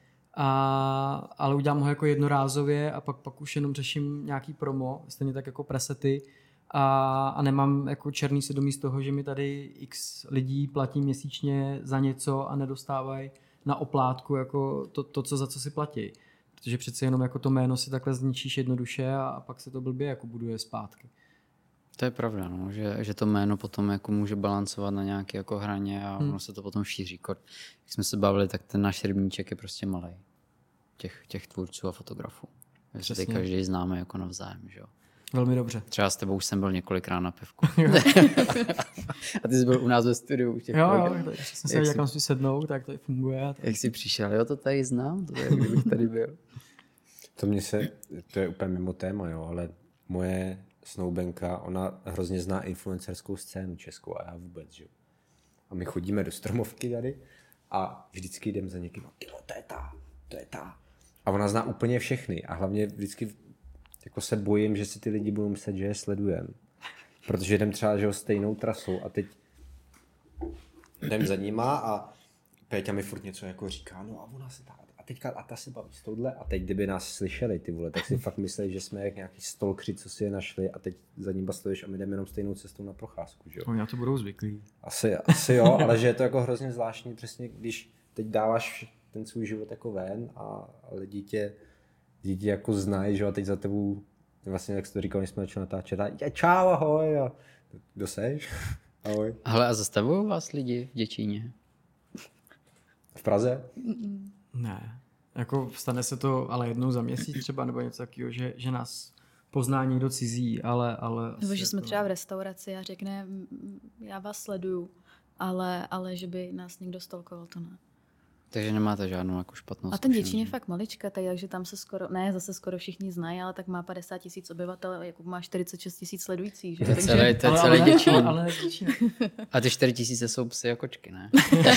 ale udělám ho jako jednorázově a pak už jenom řeším nějaký promo, stejně tak jako presety a nemám jako černý svědomí z toho, že mi tady x lidí platí měsíčně za něco a nedostávají na oplátku jako to za co si platí. Protože přece jenom jako to jméno si takhle zničíš jednoduše a pak se to blbě jako buduje zpátky. To je pravda, no, že to jméno potom jako může balancovat na nějaké jako hraně a ono se to potom šíří. Jak jsme se bavili, tak ten náš rybníček je prostě malej. Těch tvůrců a fotografů. Že ty každý známe jako navzájem, že jo. Velmi dobře. Třeba s tebou už jsem byl několikrát na pivku. A ty jsi byl u nás ve studiu. Jo, takže jsem se věděl, kam si sednou, tak to funguje. Jak jsi přišel? Jo, to tady znám, to je, kdybych tady byl. To je úplně mimo téma, jo, ale moje snoubenka, ona hrozně zná influencerskou scénu českou a já vůbec, že jo. A my chodíme do Stromovky tady a vždycky jdem za někým, to je ta. A ona zná úplně všechny a hlavně vždycky jako se bojím, že si ty lidi budou myslet, že je sledujem. Protože jdem třeba že stejnou trasou a teď jdem za nima a Péťa mi furt něco jako říká, no a ona se a ta se baví s touhle a teď kdyby nás slyšeli ty vole, tak si fakt mysleli, že jsme jak nějaký stolkři, co si je našli a teď za ním bastluješ a my jdeme jenom stejnou cestou na procházku, že jo. Oni na to budou zvyklí. Asi jo, ale že je to jako hrozně zvláštní, přesně když teď dáváš ten svůj život jako ven a lidi tě jako znají, že jo, a teď za tebou, vlastně jak jsi to říkal, když jsme začali natáčet, a čau, ahoj, a kdo seš? Ahoj. Hele, a zastavují vás lidi v Děčíně? V Praze? Ne, jako stane se to ale jednou za měsíc třeba, nebo něco takového, že nás pozná někdo cizí, ale nebo že jsme třeba v restauraci a řekne, já vás sleduju, ale že by nás někdo stalkoval, to ne. Takže nemáte žádnou jako špatnou a ten Děčín je fakt malička, takže tam se zase skoro všichni znají, ale tak má 50 000 obyvatel, jako má 46 000 sledujících. Že? To je celý Děčín. Ale Děčín. A ty 4 000 jsou psy a kočky, ne?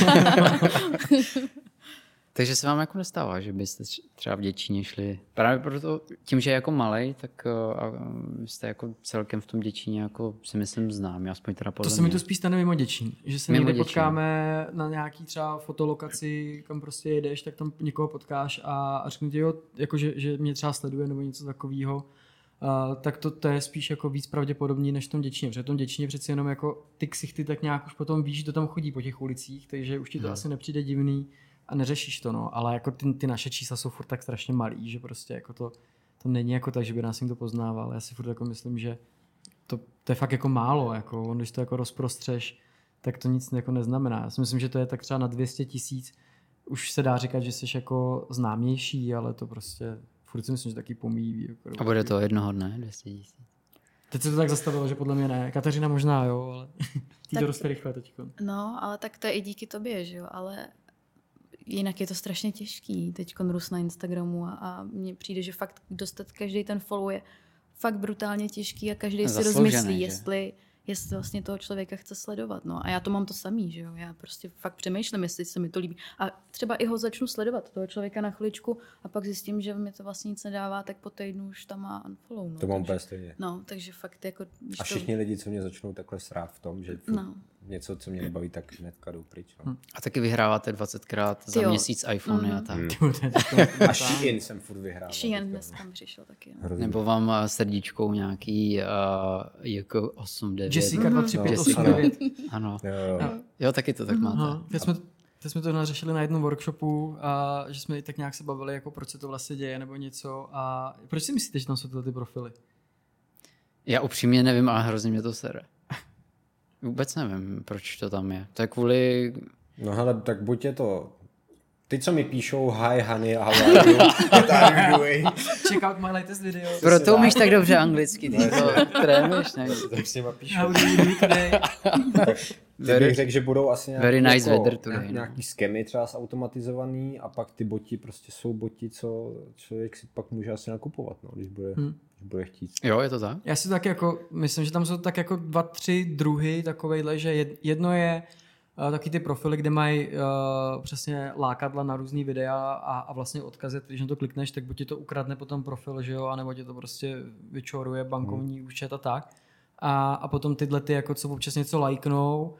Takže se vám jako nestává, že byste třeba v Děčíně šli. Právě proto, tím, že je jako malej, tak jste jako celkem v tom Děčíně jako si myslím znám. Aspoň teda podle to se mi to spíš stane mimo Děčín. Že se někde potkáme na nějaký třeba fotolokaci, kam prostě jedeš, tak tam někoho potkáš a řeknu ti, jo, jako že mě třeba sleduje nebo něco takového. Tak to je spíš jako víc pravděpodobný než v tom Děčíně. Protože v tom Děčíně přeci jenom jako ty ksichty tak nějak už potom víš, kdo tam chodí po těch ulicích, takže už ti to asi nepřijde divný. A neřešíš to, no, ale jako ty naše čísla jsou furt tak strašně malý, že prostě jako to není jako tak, že by nás někdo poznával. Já si furt jako myslím, že to je fakt jako málo, jako když to jako rozprostřeš, tak to nic jako neznamená. Já si myslím, že to je tak třeba na 200 000, už se dá říkat, že jsi jako známější, ale to prostě furt si myslím, že taky pomíjí. Jako a bude to jednoho dne, 200 000? Teď se to tak zastavilo, že podle mě ne. Kateřina možná, jo, ale ty to roste rychle teďko. No, ale tak to je i díky tobě, že jo, ale jinak je to strašně těžký. Teď růst na Instagramu a mně přijde, že fakt dostat každý ten follow je fakt brutálně těžký a každý si rozmyslí, jestli vlastně toho člověka chce sledovat. No a já to mám to samý, že jo. Já prostě fakt přemýšlím, jestli se mi to líbí. A třeba i ho začnu sledovat, toho člověka na chviličku a pak zjistím, že mi to vlastně nic nedává, tak po týdnu už tam má unfollow. No, to mám úplně stejně. No, takže fakt jako... A všichni lidi, co mě začnou takhle srát v tom, že něco, co mě nebaví, tak hnedka jdou pryč. No. A taky vyhráváte 20krát za měsíc iPhony a tak. A Shein jsem furt vyhrával. Shein dneska mi přišel taky. No. Nebo vám srdíčkou nějaký jako 8-9. Jessica 23589. Ano. Jo, taky to tak máte. Teď jsme to řešili na jednom workshopu, a že jsme tak nějak se bavili, jako proč se to vlastně děje nebo něco. A proč si myslíte, že tam jsou tyhle ty profily? Já upřímně nevím, ale hrozně mě to sere. Vůbec nevím, proč to tam je. To je kvůli... No hele, tak buď je to... Ty, co mi píšou hi honey, how are you, what are you doing? Check out my latest video. Proto umíš tak dobře anglicky, ty to trénuješ, ne? Tak s nima píšu. How do you do today? Ty bych řekl, že budou asi very nice weather today, nějaký skemy třeba zautomatizovaný a pak ty boti prostě jsou boti, co člověk si pak může asi nakupovat, no, když bude chtít. Jo, je to tak? Já si tak jako, myslím, že tam jsou tak jako 2-3 druhy takovejhle, že jedno je taky ty profily, kde mají přesně lákadla na různý videa a vlastně odkazy, když na to klikneš, tak buď ti to ukradne potom profil, že jo, anebo ti to prostě vyčoruje bankovní účet a tak. A potom tyhle ty, jako co občas něco lajknou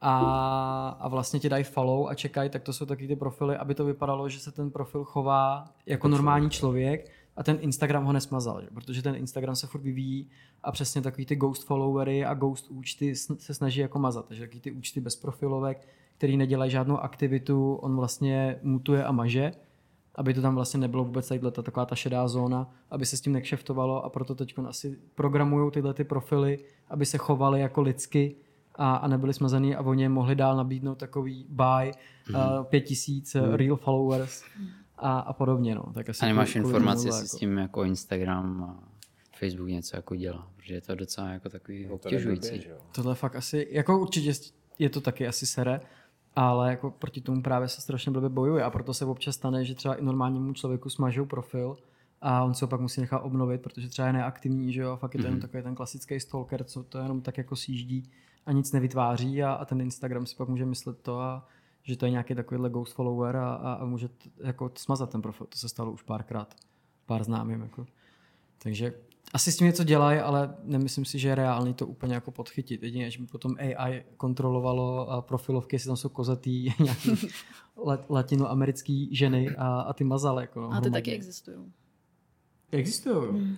a vlastně ti dají follow a čekají, tak to jsou taky ty profily, aby to vypadalo, že se ten profil chová jako normální člověk a ten Instagram ho nesmazal, že? Protože ten Instagram se furt vyvíjí a přesně takový ty ghost followery a ghost účty se snaží jako mazat, takže takový ty účty bez profilovek, který nedělají žádnou aktivitu, on vlastně mutuje a maže, aby to tam vlastně nebylo vůbec taková ta šedá zóna, aby se s tím nekšeftovalo a proto teď asi programujou tyhle ty profily, aby se chovaly jako lidsky a nebyli smazaný a oni mohli dál nabídnout takový buy 5000 real followers a podobně. No. Tak asi a nemáš informace, jestli s tím jako Instagram a Facebook něco jako dělá, protože je to docela jako takový obtěžující. Tohle fakt asi, jako určitě je to taky asi sere, ale jako proti tomu právě se strašně blbě bojuje a proto se občas stane, že třeba i normálnímu člověku smažou profil a on se ho pak musí nechat obnovit, protože třeba je neaktivní, že jo, fakt je to jenom takový ten klasický stalker, co to jenom tak jako sjíždí a nic nevytváří a ten Instagram si pak může myslet to, že to je nějaký takovýhle ghost follower a může jako smazat ten profil. To se stalo už pár známým. Jako. Takže asi s tím něco dělají, ale nemyslím si, že je reálný to úplně jako podchytit. Jedině, že by potom AI kontrolovalo profilovky, jestli tam jsou kozatý nějaký latinoamerický ženy a ty mazal. Jako, a ty taky existují. Existují?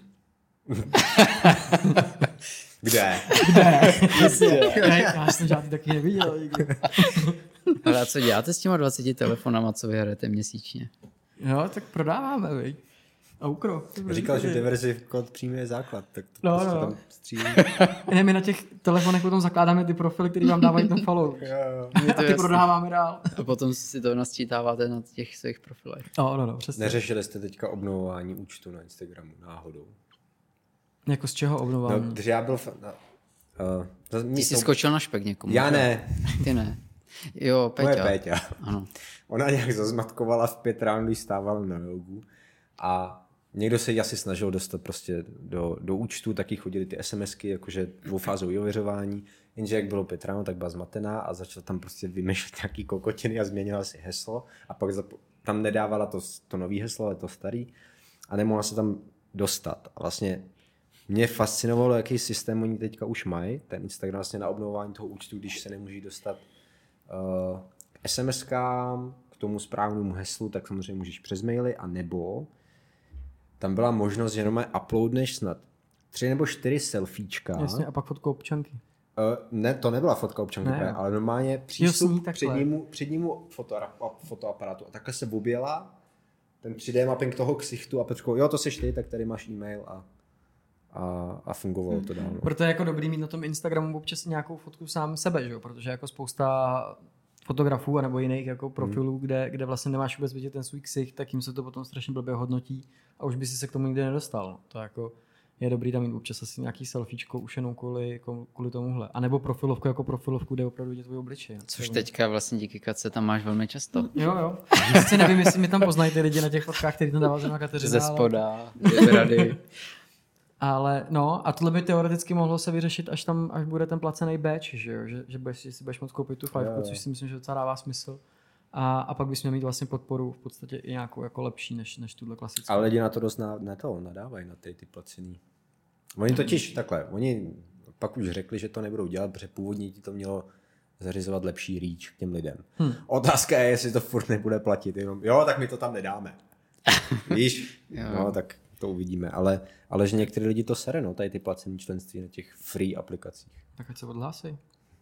Kde? Já jsem žádný taky neviděl. Ale a co děláte s těma 20 telefonama, co vyhrajete měsíčně? Jo, tak prodáváme, viď? A ukro. Říkal, že diversifikovat příjmy je základ, tak to prostě tam střílí. Ne, my na těch telefonech potom zakládáme ty profily, které vám dávají ten follow. A ty prodáváme dál. A potom si to nasčítáváte na těch svých profilech. No, přesně. Neřešili jste teďka obnovování účtu na Instagramu náhodou? Jako z čeho obnovování? No, protože já byl... Ty jsi skočil na špek někomu. Já ne. Ty ne. Jo, Péťa. Moje Péťa. Ano. Ona nějak zazmatkovala v 5 ráno, když stávala na jogu a někdo se jí asi snažil dostat prostě do účtu, taky chodily ty SMSky, jakože dvoufázové ověřování, jenže jak bylo 5 ráno, tak byla zmatená a začala tam prostě vymýšlet nějaký kokotiny a změnila si heslo a pak tam nedávala to nový heslo, ale to starý a nemohla se tam dostat. A vlastně mě fascinovalo, jaký systém oni teďka už mají, ten Instagram vlastně na obnovování toho účtu, když se nemůžeš dostat SMS-kám k tomu správnému heslu, tak samozřejmě můžeš přes maily, a nebo tam byla možnost, že jenom uploadneš snad 3 nebo 4 selfiečka. Jasně, a pak fotku občanky. Ne, to nebyla fotka občanky, ne, ale normálně přístup k přednímu fotoaparátu. A takhle se objela ten 3D mapping toho ksichtu a počkou, jo, to seš ty, tak tady máš e-mail a fungovalo to dál. Proto je jako dobrý mít na tom Instagramu občas nějakou fotku sám sebe, že jo? Protože jako spousta fotografů nebo jiných jako profilů, kde vlastně nemáš vůbec vidět ten svůj ksicht, tak jim se to potom strašně blbě hodnotí a už by si se k tomu nikdy nedostal. To jako je dobrý tam mít občas asi nějaký selfiečko už jenom kvůli tomuhle. A nebo profilovku jako profilovku, kde opravdu je tvůj obličej. Což teďka vlastně díky Katce tam máš velmi často. Jo. Sice nevím, jestli mi tam poznají ty lidi na těch fotkách, který tam dává zrovna Kateřina. Ze spoda, rady. Ale no, a tohle by teoreticky mohlo se vyřešit, až bude ten placený batch, že jo? Že si budeš moct koupit tu 5, což si myslím, že docela dává smysl. A pak bys měl mít vlastně podporu v podstatě i nějakou jako lepší než tuhle klasickou. Ale lidi na to dost nadávají, na ty placený. Oni totiž takhle, oni pak už řekli, že to nebudou dělat, protože původně ti to mělo zařizovat lepší reach k těm lidem. Otázka je, jestli to furt nebude platit, jenom jo, tak my to tam nedáme. Víš? No, tak to uvidíme, ale že některý lidi to sere, no, tady ty placený členství na těch free aplikacích. Tak ať se odhlásej.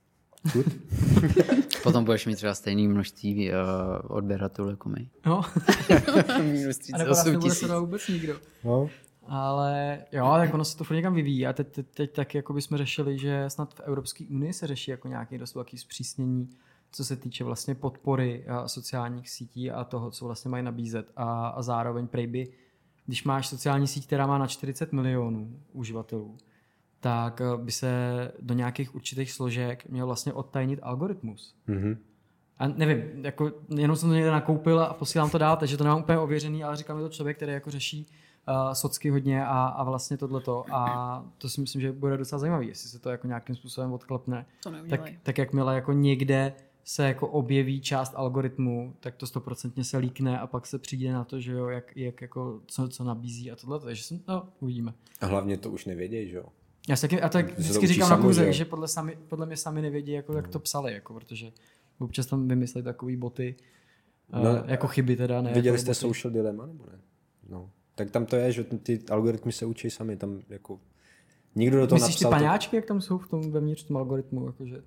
Potom budeš mít třeba stejné množství odběratelů jako my. No. Minus 38 000. A nebo nás nebude se dát vůbec nikdo. No. Ale jo, tak ono se to furt někam vyvíjí a teď taky jako bychom řešili, že snad v Evropské unii se řeší jako nějaký dost velký zpřísnění, co se týče vlastně podpory sociálních sítí a toho, co vlastně mají nabízet. A zároveň prej by, když máš sociální síť, která má na 40 milionů uživatelů, tak by se do nějakých určitých složek měl vlastně odtajnit algoritmus. Mm-hmm. A nevím, jako jenom jsem to někde nakoupil a posílám to dál, takže to nemám úplně ověřený, ale říkal mi to člověk, který jako řeší socky hodně a vlastně tohleto. A to si myslím, že bude docela zajímavý, jestli se to jako nějakým způsobem odklepne. Tak jakmile jako někde se jako objeví část algoritmu, tak to 100% se líkne a pak se přijde na to, že jo, jak jako co nabízí a tohle. Takže uvidíme. A hlavně to už nevědějí, že jo. Já si taky, a tak vždycky říkám na kurzech, že podle mě sami nevědí, jako, jak to psali, jako, protože občas tam vymysleli takový boty, jako chyby teda. Ne, viděli jako jste boty. Social Dilemma, nebo ne? No. Tak tam to je, že ty algoritmy se učí sami, tam jako nikdo do toho myslíš napsal. Myslíš ty paňáčky, jak tam jsou v tom vevnitř v tom algoritmu, jakože?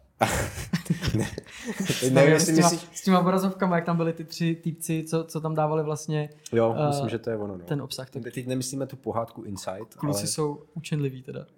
Ne, s těma obrazovkama, jak tam byli ty 3 týpci, co tam dávali vlastně myslím, že to je ono. No. Ten obsah. Tak... Teď nemyslíme tu pohádku Inside. Kluci jsou učenliví teda.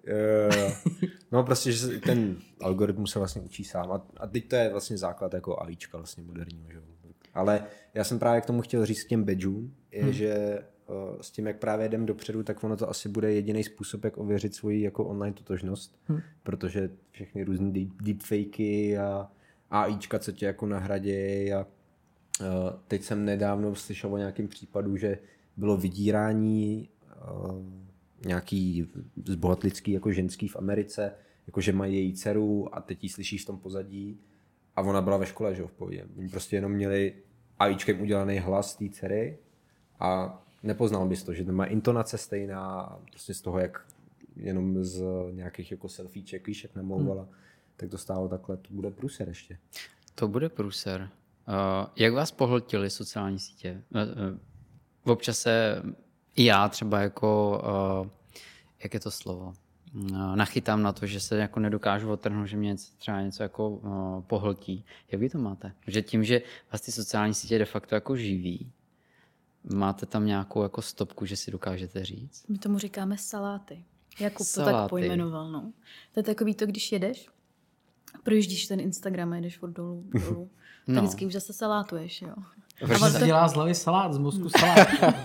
No prostě, že ten algoritmus se vlastně učí sám. A teď to je vlastně základ jako AIčka vlastně moderního. Že? Ale já jsem právě k tomu chtěl říct k těm badgeům, že s tím, jak právě jdem dopředu, tak ono to asi bude jediný způsob, jak ověřit svoji jako online totožnost, protože všechny různé deepfakey a AIčka, co tě jako nahradějí a teď jsem nedávno slyšel o nějakém případu, že bylo vydírání nějaký zbohatlický jako ženský v Americe, jako že mají její dceru a teď ji slyšíš v tom pozadí a ona byla ve škole, že jo, v pohodě. Oni prostě jenom měli AIčkem udělaný hlas té dcery a nepoznal bys to, že to má intonace stejná, prostě z toho, jak jenom z nějakých jako selfieček, víš, jak namlouvala, tak to stálo takhle, to bude průser ještě. To bude průser. Jak vás pohltily sociální sítě? Občas se i já třeba jako, jak je to slovo, nachytám na to, že se jako nedokážu odtrhnout, že mě třeba něco jako pohltí. Jak vy to máte? Že tím, že vás ty sociální sítě de facto jako živí, máte tam nějakou jako stopku, že si dokážete říct? My tomu říkáme saláty. Jakub to tak pojmenoval. No. To je takový to, když jedeš, projíždíš ten Instagram a jedeš od dolů, tak vždycky už zase salátuješ, jo. A se dělá z hlavy salát, z mozku salát.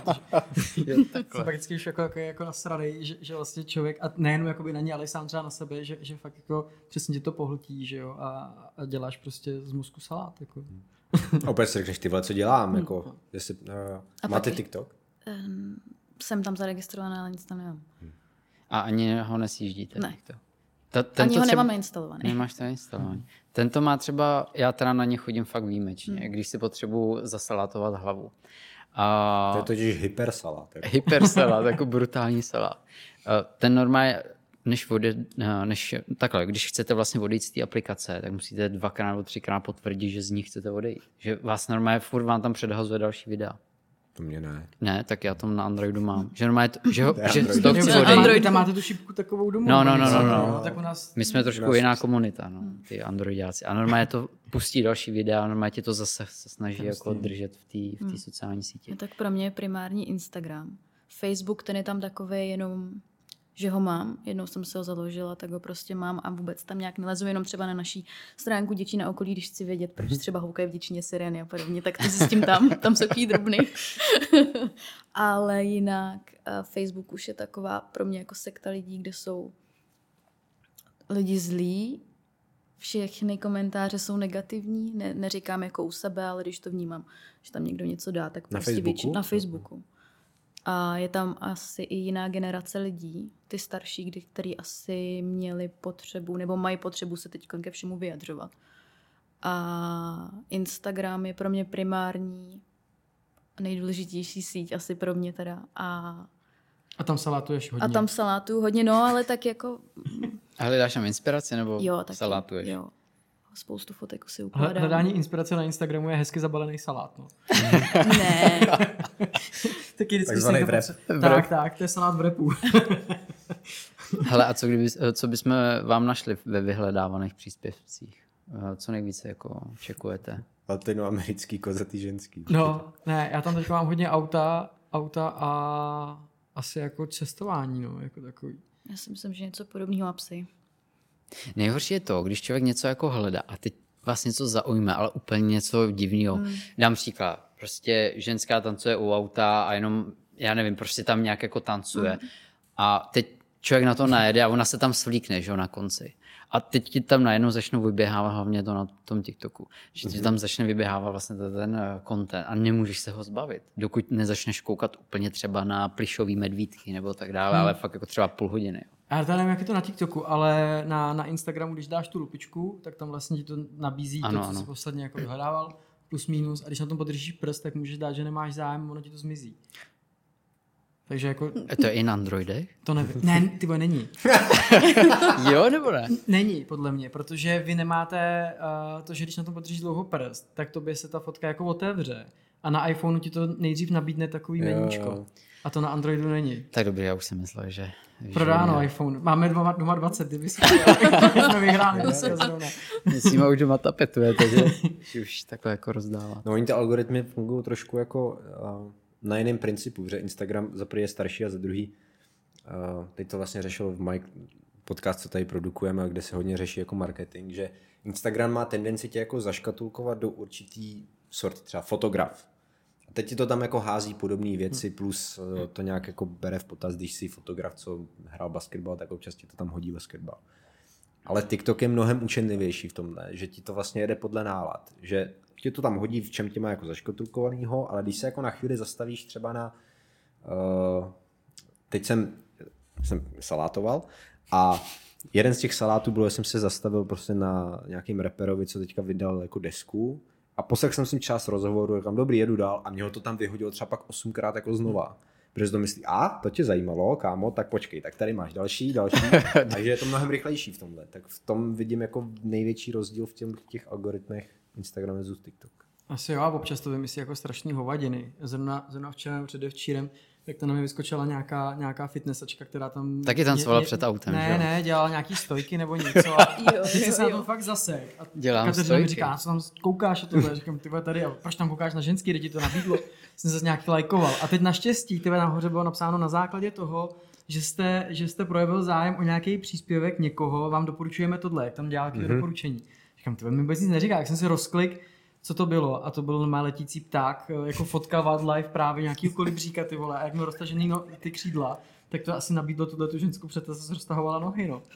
Jsem prakticky už jako nasranej, že vlastně člověk, a nejenom jakoby na ně, ale sám třeba na sebe, že fakt jako přesně tě to pohltí, že jo, a děláš prostě z mozku salát, jako. A opět si řekneš, ty vole, co dělám, jako, jestli, máte TikTok? Jsem tam zaregistrovaná, ale nic tam nemám. A ani ho nesjíždíte? Ne. Ani ho nemám nainstalovaný. Nemáš to nainstalovaný. Tento má třeba, já teda na ně chodím fakt výjimečně, když si potřebuji zasalátovat hlavu. To je totiž hypersalát. Jako. Hypersalát, jako brutální salát. Ten normálně, takhle, když chcete vlastně odejít z té aplikace, tak musíte 2x nebo 3x potvrdit, že z ní chcete odejít. Že vás normálně furt vám tam předhazuje další videa. To mě ne. Ne, tak já tam na Androidu mám. Že normálně, že to chci odejít. Tam máte tu šipku takovou domů. No. Tak u nás... My jsme trošku jiná komunita, no, ty androidáci. A normálně to pustí další videa a normálně tě to zase se snaží jako držet v té sociální síti. Tak pro mě je primární Instagram. Facebook, ten je tam takový jenom že ho mám. Jednou jsem se ho založila, tak ho prostě mám a vůbec tam nějak nelezu, jenom třeba na naší stránku Děčí na okolí, když chci vědět, proč třeba houkají v Děčíně sireny a podobně, tak to zjistím tam jsou takový drobný. Ale jinak Facebook už je taková pro mě jako sekta lidí, kde jsou lidi zlí, všechny komentáře jsou negativní, neříkám jako u sebe, ale když to vnímám, že tam někdo něco dá, tak na prostě Facebooku? Na Facebooku. A je tam asi i jiná generace lidí, ty starší, kteří asi měli potřebu, nebo mají potřebu se teď ke všemu vyjadřovat. A Instagram je pro mě primární nejdůležitější síť asi pro mě teda. A tam salátuješ hodně. A tam salátuju hodně, no, ale tak jako... A hledáš tam inspiraci nebo taky, salátuješ? Jo, spoustu fotek si ukládám. Hledání inspirace na Instagramu je hezky zabalený salát, no. Ne. Takzvaný wrap. Tak, to je salát v repu. Hele, a co bychom vám našli ve vyhledávaných příspěvcích? Co nejvíce jako čekujete? Latinoamerický kozatý ženský. No, ne, já tam teď mám hodně auta a asi jako cestování, no, jako takový. Já si myslím, že něco podobného a psy. Nejhorší je to, když člověk něco jako hledá a teď vás něco zaujme, ale úplně něco divného. Dám příklad. Prostě ženská tancuje u auta a jenom, já nevím, prostě tam nějak jako tancuje. A teď člověk na to najede a ona se tam svlíkne, že jo, na konci. A teď ti tam najednou začnou vyběhávat, hlavně to na tom TikToku, že ti tam začne vyběhávat vlastně ten content a nemůžeš se ho zbavit, dokud nezačneš koukat úplně třeba na plyšový medvídky nebo tak dále, ale fakt jako třeba půl hodiny. Jo. Já tady nevím, jak je to na TikToku, ale na Instagramu, když dáš tu lupičku, tak tam vlastně ti to nabízí to, co jsi posledně jako vyhledával, plus minus, a když na tom podržíš prst, tak můžeš dát, že nemáš zájem, ono ti to zmizí. Takže jako... To je i na Androidech? To nevím. Ne, tybo, není. Jo, nebo ne? Není, podle mě, protože vy nemáte to, že když na tom podržíš dlouho prst, tak tobě se ta fotka jako otevře. A na iPhoneu ti to nejdřív nabídne takový meníčko. A to na Androidu není. Tak dobrý, já už jsem myslel, že... Prodáno iPhone. Máme doma 20, kdyby jsme vyhráli dneska zrovna. Myslíme už doma tapetuje, takže už takhle jako rozdává. No oni ty algoritmy fungují trošku jako na jiném principu, že Instagram za prvý je starší a za druhý teď to vlastně řešilo v Mike podcast, co tady produkujeme, kde se hodně řeší jako marketing, že Instagram má tendenci tě jako zaškatulkovat do určitý sort, třeba fotograf. A teď ti to tam jako hází podobné věci, plus to nějak jako bere v potaz, když si fotograf, co hrál basketbal, tak občas ti to tam hodí basketbal. Ale TikTok je mnohem učenlivější v tomhle, že ti to vlastně jede podle nálad, že ti to tam hodí, v čem tě má jako zaškatulkovanýho, ale když se jako na chvíli zastavíš třeba na... teď jsem salátoval a jeden z těch salátů bylo, že jsem se zastavil prostě na nějakým raperovi, co teďka vydal jako desku a poslechl jsem si část rozhovoru, říkám, dobrý, jedu dál a mě ho to tam vyhodilo třeba pak 8krát jako znova. Protože to myslí, to tě zajímalo, kámo, tak počkej, tak tady máš další. Takže je to mnohem rychlejší v tomhle. Tak v tom vidím jako největší rozdíl v těch algoritmech Instagram versus TikTok. Asi jo, a občas to vymyslí jako strašný hovadiny. Zrovna včera předevčírem, tak to na mě vyskočila nějaká fitnessačka, která tam... Taky tancovala před autem, že jo? Ne, dělala nějaký stojky nebo něco. A teď se na to fakt zasek. A dělám Kateřina mi stojky. říká, co tam koukáš a tohle. Říkám, ty tady, a proč tam koukáš na ženský, kde ti to nabídlo? Jsem se nějaký lajkoval. A teď naštěstí, nahoře bylo napsáno na základě toho, že jste projevil zájem o nějaký příspěvek někoho, vám doporučujeme tohle, jak tam dělá doporučení. Říkám, mi vůbec nic neříká, jak jsem si rozklik, co to bylo, a to byl normálně letící pták, jako fotka wildlife právě nějaký kolibříka, ty vole, a jak měl roztažený ty křídla, tak to asi nabídlo tu ženskou, protože se roztahovala nohy, no.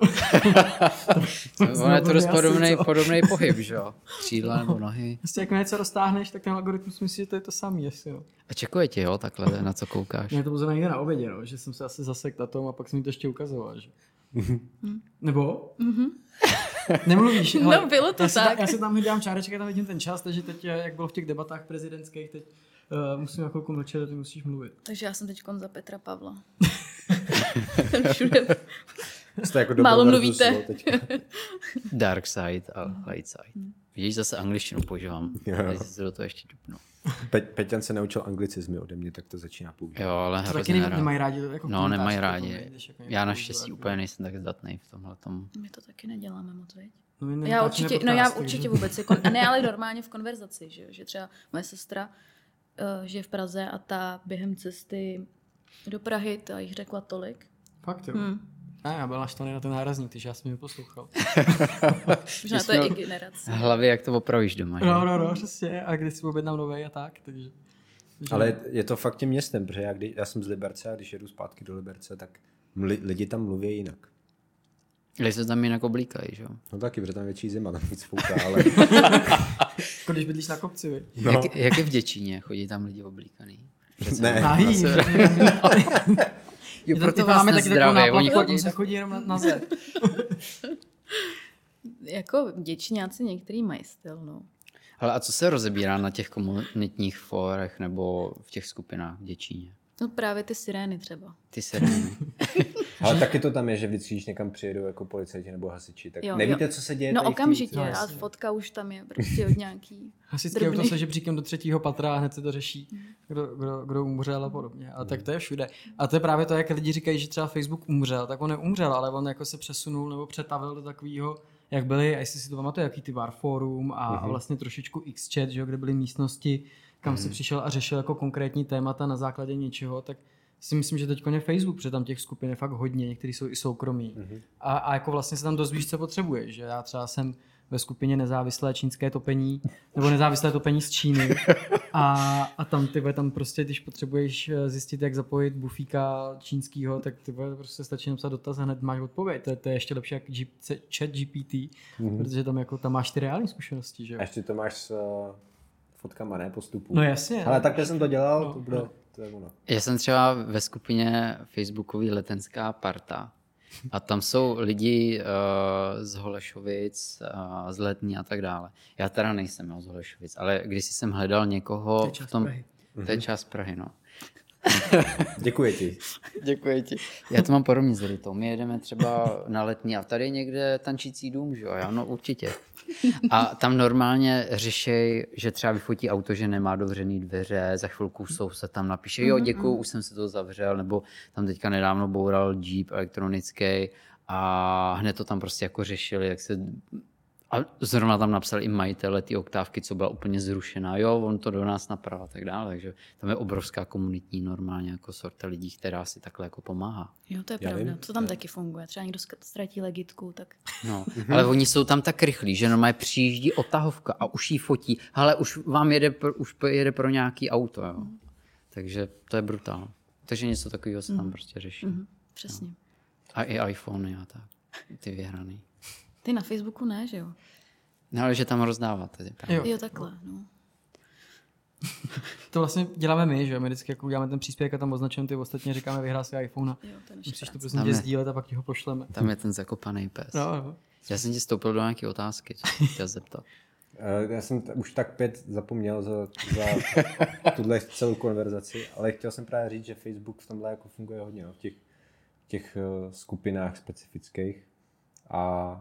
Ono je to dost podobný pohyb, že jo? Křídla nebo nohy. Prostě jak něco roztáhneš, tak ten algoritmus myslí, že to je to samý, asi, jo. A čekuje tě, jo, takhle, na co koukáš? Mě to bylo někde na obědě, no, že jsem se asi zasek na tom a pak jsem mi to ještě ukazoval, že? Nebo? Nemluvíš? No, bylo to tak. Já si tam hlídám čáreček, já tam vidím ten čas, takže teď, jak bylo v těch debatách prezidentských, teď musím na chvilku mlčet a ty musíš mluvit. Takže já jsem teď za Petra Pavla. Všude. Jako málo mluvíte. Dark side a light side. Vidíš, zase angličtinu používám. Teď si do toho ještě dupnu. Peťan se naučil anglicizmy ode mě, tak to začíná používat. Jo, ale to taky nemají rádi. Jako no, nemají rádi. Já naštěstí úplně nejsem tak zdatný v tomhletom. My to taky neděláme moc, veď? No, já určitě vůbec. Jako, ne, ale normálně v konverzaci, že třeba moje sestra žije v Praze a ta během cesty do Prahy, ta jich řekla tolik. Fakt jo. Já byl naštvaný na ten nárazník, takže já jsem mi poslouchal. Možná to je i generace. Hlavy, jak to opravíš doma. No, přesně. A když si objednám novej a tak, takže... Ale je to fakt tím městem, protože já jsem z Liberce a když jedu zpátky do Liberce, tak lidi tam mluví jinak. Když se tam jinak oblíkají, že jo? No taky, protože tam je větší zima, tam víc fouká, ale... Jako když bydlíš na kopci, vy. No. Jak je v Děčíně? Chodí tam lidi oblíkaný? Ne. Nahý. Jo, proto vás máme taky takovou nezdraví. Oni náplavku, se chodí jenom na zed. Jako Děčíňáci některý mají styl, no. Ale a co se rozebírá na těch komunitních fórech nebo v těch skupinách v Děčíně? No právě ty sirény třeba. Ty sirény. Ale taky to tam je, že vždycky, když někam přijedou jako policajti nebo hasiči, tak nevíte, co se děje. No tady v té okamžitě, ulici? a fotka už tam je prostě od nějaký Hasičský auto se žebříkem do 3. patra a hned se to řeší, kdo umřel a podobně. A tak to je všude. A to je právě to, jak lidi říkají, že třeba Facebook umřel, tak on neumřel, ale on jako se přesunul nebo přetavil do takového, jak byly, a jestli si to pamatuje, jaký ty War Forum a vlastně trošičku X-chat, že, kde byly místnosti, kam si přišel a řešil jako konkrétní témata na základě něčeho, tak si myslím, že teď je Facebook, protože tam těch skupin je fakt hodně, některý jsou i soukromí. A jako vlastně se tam dozvíš, co potřebuješ. Že já třeba jsem ve skupině nezávislé čínské topení, nebo nezávislé topení z Číny a tam prostě, když potřebuješ zjistit, jak zapojit bufíka čínskýho, tak prostě stačí napsat dotaz a hned máš odpověď. To je ještě lepší jak chat GPT, protože tam máš ty reální zkušenosti. Že? A ještě to máš s fotkama, ne postupů. No jasně. Ale takhle jsem to dělal, to je ono. Já jsem třeba ve skupině facebookový Letenská parta a tam jsou lidi z Holešovic, z Letní a tak dále. Já teda nejsem z Holešovic, ale když jsem hledal někoho v tom... To je část Prahy, no. Děkuji ti. Děkuji ti. Já to mám podobně s Ritou. My jedeme třeba na Letní a tady je někde tančící dům, že jo? Já, no určitě. A tam normálně řešej, že třeba vyfotí auto, že nemá dovřený dveře, za chvilku se tam napíše, jo děkuju, už jsem se to zavřel, nebo tam teďka nedávno boural Jeep elektronický a hned to tam prostě jako řešili, jak se... A zrovna tam napsal i majitele ty oktávky, co byla úplně zrušená. Jo, on to do nás napravil a tak dále. Takže tam je obrovská komunitní normálně jako sorta lidí, která si takhle jako pomáhá. Jo, to je pravda. To tam taky funguje. Třeba někdo ztratí legitku, tak... No, ale oni jsou tam tak rychlí, že normálně přijíždí odtahovka a už jí fotí. Hele, už vám jede pro nějaký auto, jo. Takže to je brutál. Takže něco takového se tam prostě řeší. Přesně. No. A i iPhony a tak. Ty vyhraný. Ty na Facebooku ne, že jo? No, ale že tam rozdáváte. Jo, takhle, no. To vlastně děláme my, že my vždycky jako uděláme ten příspěvek a tam označujeme ty ostatně, říkáme vyhrál si iPhone. Musíš to prostě sdílet a pak ti ho pošleme. Tam je ten zakopaný pes. No. Já jsem ti stoupil do nějaké otázky, co jsem chtěl zeptat. Já jsem už tak 5 zapomněl za tuhle celou konverzaci, ale chtěl jsem právě říct, že Facebook v tomhle jako funguje hodně, no, v těch skupinách specifických. A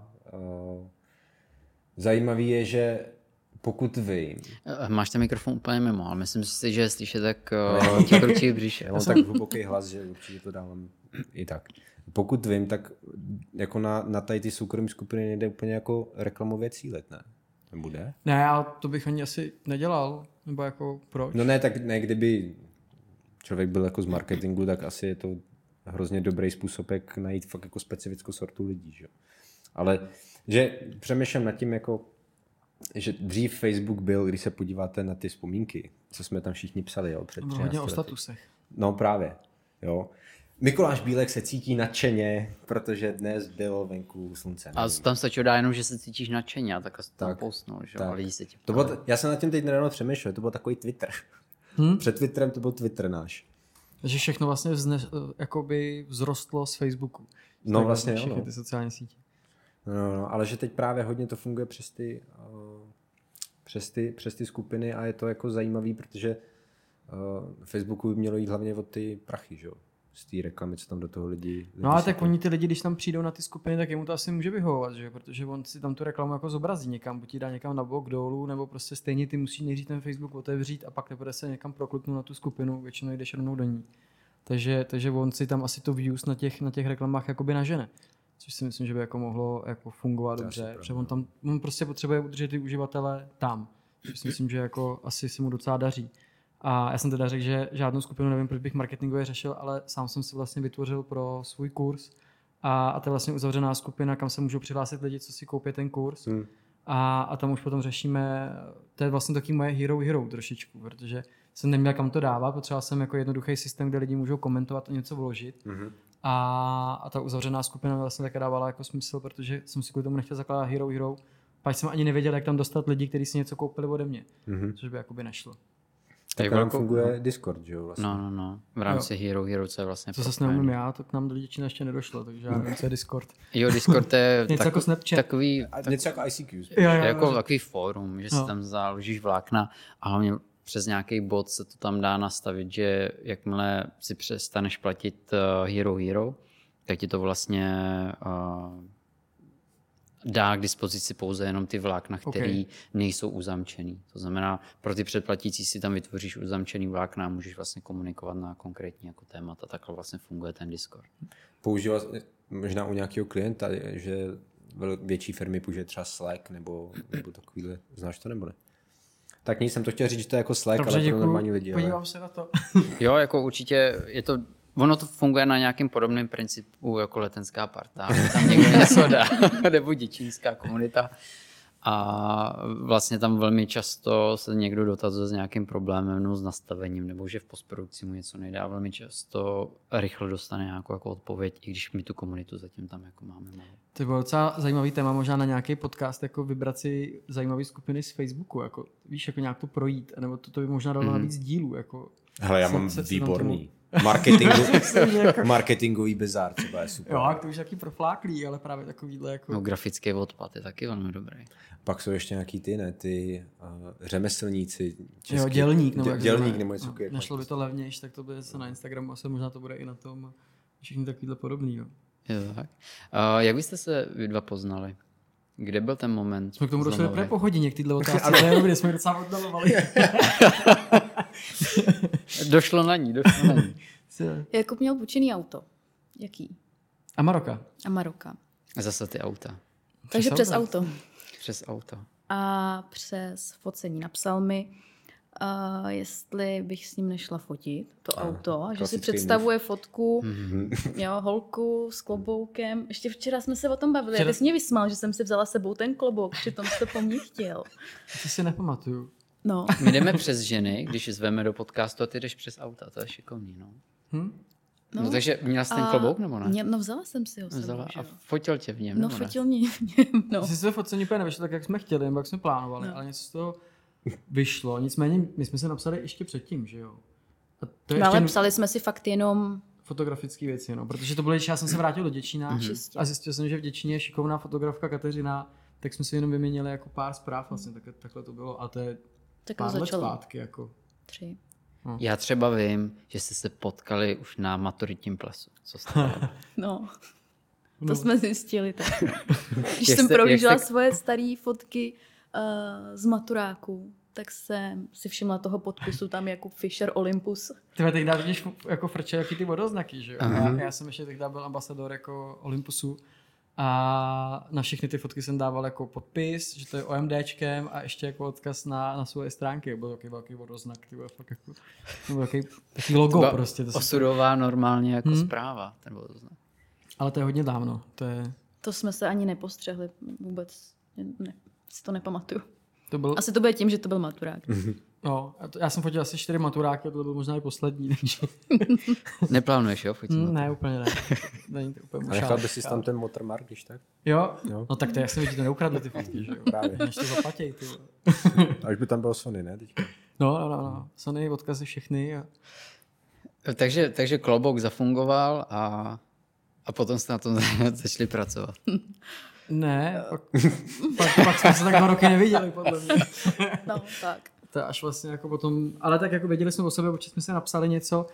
zajímavý je, že pokud vím... Máš ten mikrofon úplně mimo, ale myslím si, že slyšet, tak ti kručí bříše. Já mám tak hluboký hlas, že určitě to dávám i tak. Pokud vím, tak jako na tady ty soukromé skupiny nejde úplně jako reklamově cílet, ne? Nebude? Ne, ale to bych ani asi nedělal, nebo jako proč? No ne, tak ne, kdyby člověk byl jako z marketingu, tak asi je to hrozně dobrý způsob, jak najít fakt jako specifickou sortu lidí, že? Ale že přemýšlím nad tím, jako, že dřív Facebook byl, když se podíváte na ty vzpomínky, co jsme tam všichni psali, jo, před 13 hodně lety. o statusech. No právě, jo. Mikuláš Bílek se cítí nadšeně, protože dnes bylo venku slunce. A tam stačí dát jenom, že se cítíš nadšeně a tak tam postnul, že tak. A lidi se ti Já jsem nad tím teď nedávno přemýšlel, to byl takový Twitter. Před Twitterem to byl Twitter náš. Takže všechno vlastně jakoby vzrostlo z Facebooku. No vlastně všechny jo. Ty sociální sítě. No, ale že teď právě hodně to funguje přes ty skupiny a je to jako zajímavý, protože Facebooku by mělo jít hlavně od ty prachy, že jo? Z té reklamy, co tam do toho lidi No a tak oni ty lidi, když tam přijdou na ty skupiny, tak jemu to asi může vyhovovat, že? Protože on si tam tu reklamu jako zobrazí někam, buď ti dá někam na bok dolů, nebo prostě stejně ty musíš nejdřív ten Facebook otevřít a pak teprve se někam prokliknout na tu skupinu, většinou jdeš rovnou do ní. Takže on si tam asi to views na těch reklamách jakoby nažene. Což si myslím, že by jako mohlo jako fungovat dobře, protože on prostě potřebuje udržet ty uživatele tam. Což si myslím, že jako asi se mu docela daří. A já jsem teda řekl, že žádnou skupinu nevím, proč bych marketingově řešil, ale sám jsem si vlastně vytvořil pro svůj kurz a to je vlastně uzavřená skupina, kam se můžou přihlásit lidi, co si koupí ten kurz. A tam už potom řešíme, to je vlastně taky moje hero trošičku, protože jsem neměl kam to dávat, potřeboval jsem jako jednoduchý systém, kde lidi můžou komentovat a něco vložit. A ta uzavřená skupina vlastně také dávala jako smysl, protože jsem si kvůli tomu nechtěl zakládat hero, pak jsem ani nevěděl, jak tam dostat lidi, kteří si něco koupili ode mě, což by jakoby nešlo. Tak tam funguje Discord, že jo? Vlastně. No. V rámci Hero, co je vlastně... Co se neumím já, to k nám do děčina ještě nedošlo, takže já nevím, co je Discord. Jo, Discord je něco jako Snapchat. Takový... Něco jako ICQ. Jako takový fórum, že si tam založíš vlákna a hlavně přes nějaký bot se to tam dá nastavit, že jakmile si přestaneš platit Hero, tak ti to vlastně dá k dispozici pouze jenom ty vlákna, které nejsou uzamčený. To znamená, pro ty předplatící si tam vytvoříš uzamčený vlákna a můžeš vlastně komunikovat na konkrétní jako témata. Takhle vlastně funguje ten Discord. Používal možná u nějakého klienta, že větší firmy použije třeba Slack nebo takovýhle. Znáš to nebo ne? Tak jsem to chtěl říct, že to je jako Slack, dobře, ale pro normální lidi. Podívám se na to. Jo, jako určitě je to... Ono to funguje na nějakém podobném principu jako letenská parta. Tam někdo něco dá, nebo děčínská komunita. A vlastně tam velmi často se někdo dotazuje s nějakým problémem nebo s nastavením, nebo že v postprodukci mu něco nejde a velmi často rychle dostane nějakou jako odpověď, i když my tu komunitu zatím tam jako máme malou. To bylo docela zajímavý téma, možná na nějaký podcast, jako vybrat si zajímavé skupiny z Facebooku, jako víš, jako nějak to projít, nebo to by možná dalo navíc dílů. Jako, hele, já mám výborný. Marketingový bizár třeba je super. Jo, a to už jaký profláklý, ale právě takovýhle jako... No, grafický odpad je taky velmi dobrý. Pak jsou ještě nějaký ty řemeslníci. Český, jo, dělník. Nebo něco. Nešlo by to levnější, tak to bude se na Instagramu, asi možná to bude i na tom. Všichni takovýhle podobný. Jo, tak. Jak byste se vy dva poznali? Kde byl ten moment? Jsme k tomu došli dobré po hodině, k týhle otázce, ale kde jsme docela oddalovali. Došlo na ní. Jakub měl půjčený auto. Jaký? Amarok. Zase ty auta. Takže přes auto. Přes auto. A přes focení. Napsal mi, jestli bych s ním nešla fotit to auto. Že si představuje fotku, jo, holku s kloboukem. Ještě včera jsme se o tom bavili. Ty jsi mě vysmál, že jsem si vzala sebou ten klobouk, přitom jsi to po mně chtěl. To si nepamatuju. No. My jdeme přes ženy, když zveme do podcastu a ty jdeš přes auta. To je šikovný, no. No, takže měla jsi ten klobouk, nebo ne? No vzala jsem si ho. A fotil tě v něm, no, nebo ne? fotil mě v něm, no. Jsi se focení úplně nevyšlo tak, jak jsme chtěli, nebo jak jsme plánovali, ale něco z toho vyšlo. Nicméně my jsme se napsali ještě předtím, že jo? A to je ale psali jsme si fakt jenom... fotografické věci, no, protože to bylo, když já jsem se vrátil do Děčína a zjistil jsem, že v Děčíně je šikovná fotografka Kateřina, tak jsme si jenom vyměnili jako pár zpráv, vlastně takhle to bylo a to je pár let zpátky. Jako. 3. Já třeba vím, že jste se potkali už na maturitním plesu. Co jste No, to jsme zjistili tak. Když jsem prohlížela svoje staré fotky z maturáků, tak jsem si všimla toho podpisu tam jako Fisher Olympus. Ty tehdy vidíš jako frče, jaký ty vodoznaky, že jo? Já jsem ještě tehdy byl ambasador jako Olympusu a na všechny ty fotky jsem dával jako podpis, že to je OMDčkem a ještě jako odkaz na svoje stránky. Byl takový velký vodoznak, ty byl fakt jako, takový logo prostě. To osudová normálně jako zpráva, ten vodoznak. Ale to je hodně dávno. To jsme se ani nepostřehli vůbec, ne, si to nepamatuju. Asi to bude tím, že to byl maturák. No, já jsem fotil asi 4 maturáky a to byl možná i poslední. Takže... Neplánuješ, jo? Ne, úplně ne. Není to úplně a nechal bys si tam ten watermark, když tak? Jo? No tak to jak jsem viděl, neukradli ty fotky, že jo? Právě. Než to zaplatěj, ty. A už by tam byl Sony, ne? Teďka? No. Sony, odkazy všechny. Takže klobouk zafungoval a potom jste na tom začali pracovat. Ne, pak jsme se tak 2 roky neviděli, podle mě. No, tak. To až vlastně jako potom, ale tak jako věděli jsme o sobě, protože jsme se napsali něco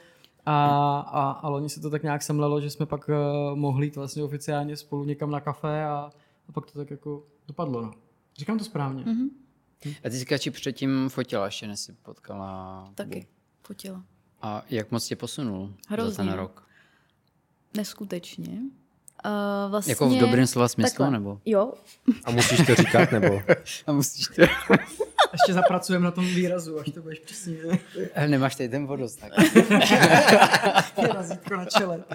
a loni se to tak nějak semlelo, že jsme pak mohli jít vlastně oficiálně spolu někam na kafe a pak to tak jako dopadlo, no. Říkám to správně. A ty říkáš, že předtím fotila, ještě než jsi potkala? Taky fotila. A jak moc tě posunul za ten rok? Neskutečně. Vlastně... Jako v dobrém slova smyslu, takhle. Nebo? Jo. A musíš to říkat, nebo? A musíš to... ještě zapracujeme na tom výrazu, až to budeš přesně. Nemáš tady ten vodoznak. Razítko na čele.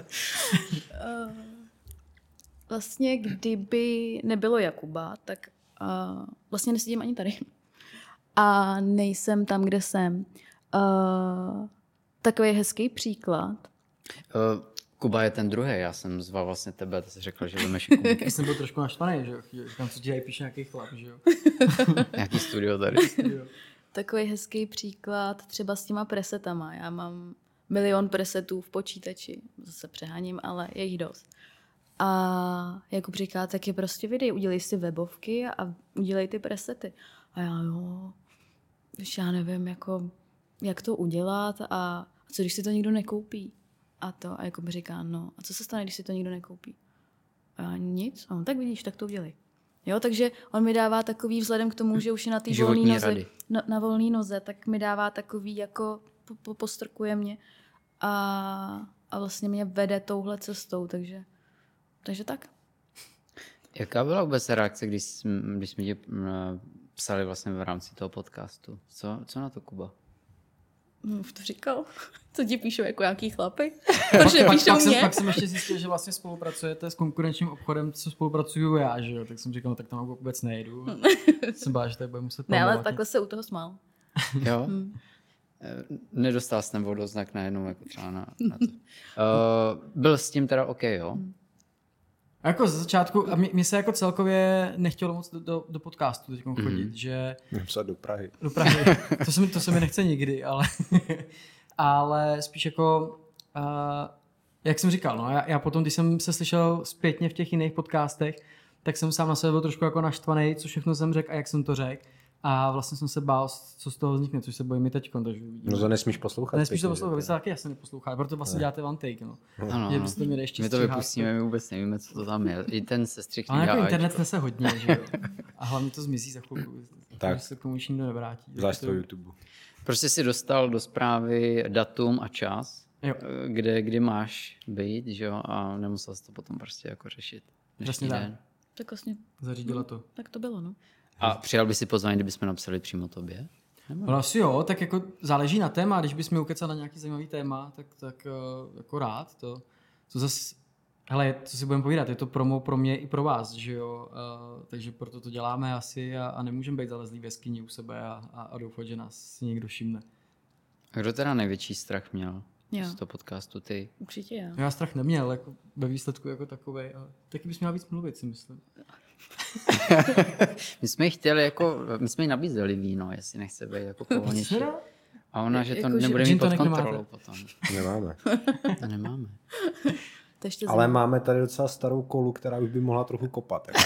Vlastně, kdyby nebylo Jakuba, tak vlastně nesedím ani tady. A nejsem tam, kde jsem. Takový hezký příklad. Kuba je ten druhý, já jsem zval vlastně tebe, ty jsi řekl, že vemeš Kubu. Já jsem byl trošku naštvaný, že jo? Tam co dělají, píše nějaký chlap, že jo? Nějaký studio tady. Takový hezký příklad třeba s těma presetama. Já mám 1 000 000 presetů v počítači. Zase přeháním, ale je jich dost. A Jakub říká, tak je prostě vydej, udělej si webovky a udělej ty presety. A já víš, já nevím, jako, jak to udělat a co když si to nikdo nekoupí. A Jakub říká, no a co se stane, když si to nikdo nekoupí? A já nic, tak vidíš, tak to udělej. Jo, takže on mi dává takový, vzhledem k tomu, že už je na té volné noze, na volné noze, tak mi dává takový, jako postrkuje mě a vlastně mě vede touhle cestou, takže tak. Jaká byla vůbec reakce, když jsme ti psali vlastně v rámci toho podcastu? Co na to Kuba? Už to říkal. Co ti píšou jako nějaký chlapy? Protože píšou mě. Pak jsem ještě zjistil, že vlastně spolupracujete s konkurenčním obchodem, co spolupracuju já, že jo? Tak jsem říkal, tak tam vůbec nejdu. Jsem bál, že tady bude muset ne, ale takhle se u toho smál. Jo? Nedostal jsem vodoznak najednou, jako třeba na to. Byl s tím teda OK, jo? A jako ze začátku, a mě se jako celkově nechtělo moc do podcastu teď chodit, že... Psat do Prahy. Do Prahy. To se mi nechce nikdy, ale spíš jako, jak jsem říkal, no, já potom, když jsem se slyšel zpětně v těch jiných podcastech, tak jsem sám na sebe byl trošku jako naštvaný, co všechno jsem řekl a jak jsem to řekl. A vlastně jsem se bál, co z toho vznikne, což se bojím i teďkon, takže uvidíme. No to nesmíš poslouchat. Nesmíš to poslouchat, vy se taky jasně neposloucháte, proto vlastně děláte one take, no. Ano. My to vypustíme, my vůbec nevíme, co to tam je. I ten sestřih ale jako internet snese hodně, že jo. A hlavně to zmizí za chvilku, takže se k tomu už nikdo nevrátí. Zvlášť to YouTube. Prostě si dostal do zprávy datum a čas, kdy máš být, že jo, a nemusel jsi to potom prostě jako řešit. Přesně tak. Tak vlastně. Zařídila to. Tak to bylo, no. A přijal by si pozvání, kdybychom napsali přímo tobě? No asi jo, tak jako záleží na téma, když bys mi ukecal na nějaký zajímavý téma, tak jako rád to zase, hele, co si budeme povídat, je to promo pro mě i pro vás, že jo, takže proto to děláme asi a nemůžeme být zalezlý v jeskyni u sebe a doufat, že nás si někdo všimne. A kdo teda největší strach měl z toho podcastu, ty? Určitě já. Já strach neměl, jako ve výsledku jako takovej, ale taky bys měla víc mluvit, si myslím. My jsme jí nabízeli víno, jestli nechce být jako povolnější. A ona, že to jako, nebude mít pod kontrolou potom. Nemáme. A nemáme. Ale máme tady docela starou kolu, která už by mohla trochu kopat. Jako.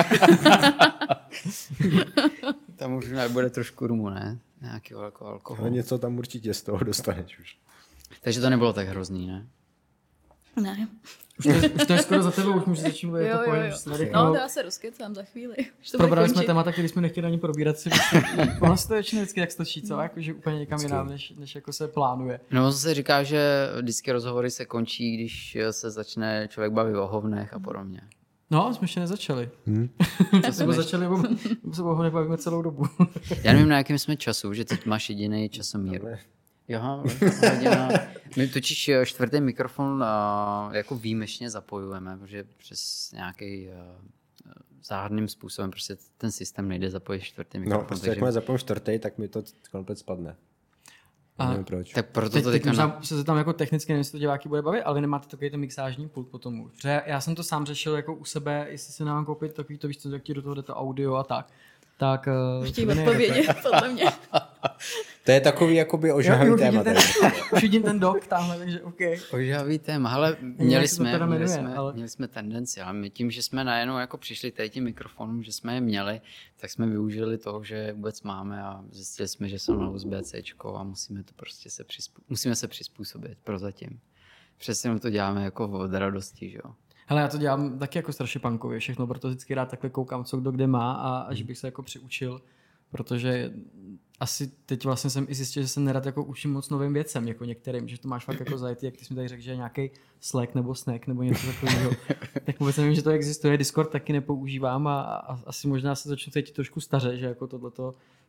Tam už bude trošku rumu, ne? Nějakého jako alkoholu. Ale něco tam určitě z toho dostaneš už. Takže to nebylo tak hrozný, ne? Ne. Už to je skoro za tebou, už můžu začít mluvit. Jo. No, já se rozkecám za chvíli. Probrali jsme témata, který jsme nechtěli ani probírat. Ono se to většinou vždycky tak stočí, co? Jakože úplně někam jinam, než jako se plánuje. No, se říká, že vždycky rozhovory se končí, když se začne člověk bavit o hovnech a podobně. No, jsme ještě nezačali. Co jsme začali, nebo se o hovnech bavíme celou dobu. Já nevím, na jakém jsme času, že teď máš jediný časomír. Jo, hodina. My totiž 4. mikrofon jako výjimečně zapojujeme, protože přes nějaký záhadným způsobem prostě ten systém nejde zapojit 4. mikrofon. No, prostě jakmile zapojím 4., tak mi to komplet spadne. Nevím proč. Tak proto to teďka... se tam jako technicky nevím, jestli to diváky bude bavit, ale vy nemáte takový ten mixážní pult potom už. Protože já jsem to sám řešil jako u sebe, jestli se nám koupit takový to, víš co, jak ti do toho jde to audio a tak. Tak... Chtějí odpovědět, podle mě. To je takový jakoby ožahavý téma. Už vidím ten dok tamhle, takže OK. Ožahavý téma, ale měli jsme tendenci, ale my tím, že jsme najednou jako přišli tady tím mikrofonům, že jsme je měli, tak jsme využili toho, že vůbec máme a zjistili jsme, že jsou na USB-Cčko a musíme se přizpůsobit prozatím. Přesně to děláme jako od radosti, že jo. Hele, já to dělám taky jako strašně punkově všechno, proto vždycky rád takhle koukám, co kdo kde má a že bych se jako přiučil, protože asi teď vlastně jsem i zjistil, že se nerad jako učím moc novým věcem, jako některým, že to máš fakt jako zajetý, jak ty jsi mi tady řekl, že je nějaký Slack nebo Snack nebo něco takového, tak vůbec nevím, že to existuje, Discord taky nepoužívám a asi možná se začnu cítit trošku staře, že jako tohleto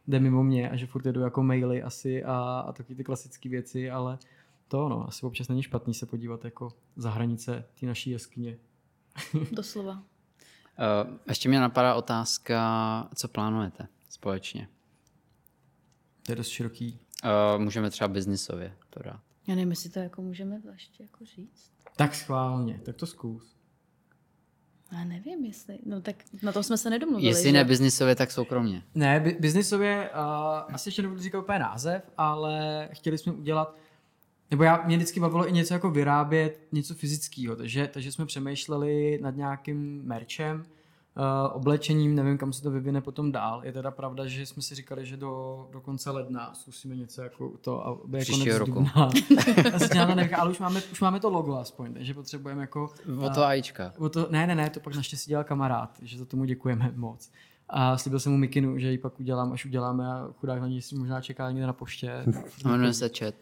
jde mimo mě a že furt jedu jako maily asi a taky ty klasické věci, ale to asi občas není špatný se podívat jako za hranice té naší jeskyně. Doslova. Ještě mě napadá otázka, co plánujete společně? To je dost široký. Můžeme třeba biznisově to dát. Já nevím, jestli to jako můžeme ještě jako říct. Tak schválně, tak to zkus. Já nevím, jestli, no tak na tom jsme se nedomluvili. Jestli ne biznisově, tak soukromně. Ne, biznisově asi ještě nebudu říkat úplně název, ale chtěli jsme udělat, nebo mě vždycky bavilo i něco jako vyrábět, něco fyzického, takže jsme přemýšleli nad nějakým merchem, oblečením, nevím, kam se to vyvine potom dál. Je teda pravda, že jsme si říkali, že do konce ledna zkusíme něco jako to, aby jako příštího roku. Ale už máme to logo aspoň, takže potřebujeme jako... O to AIčka. Ne, to pak naštěstí dělal kamarád, že za tomu děkujeme moc. A slíbil jsem mu mikinu, že ji pak udělám, až uděláme a chudák na ní si možná čeká někde na poště. Jmenuje se Chat.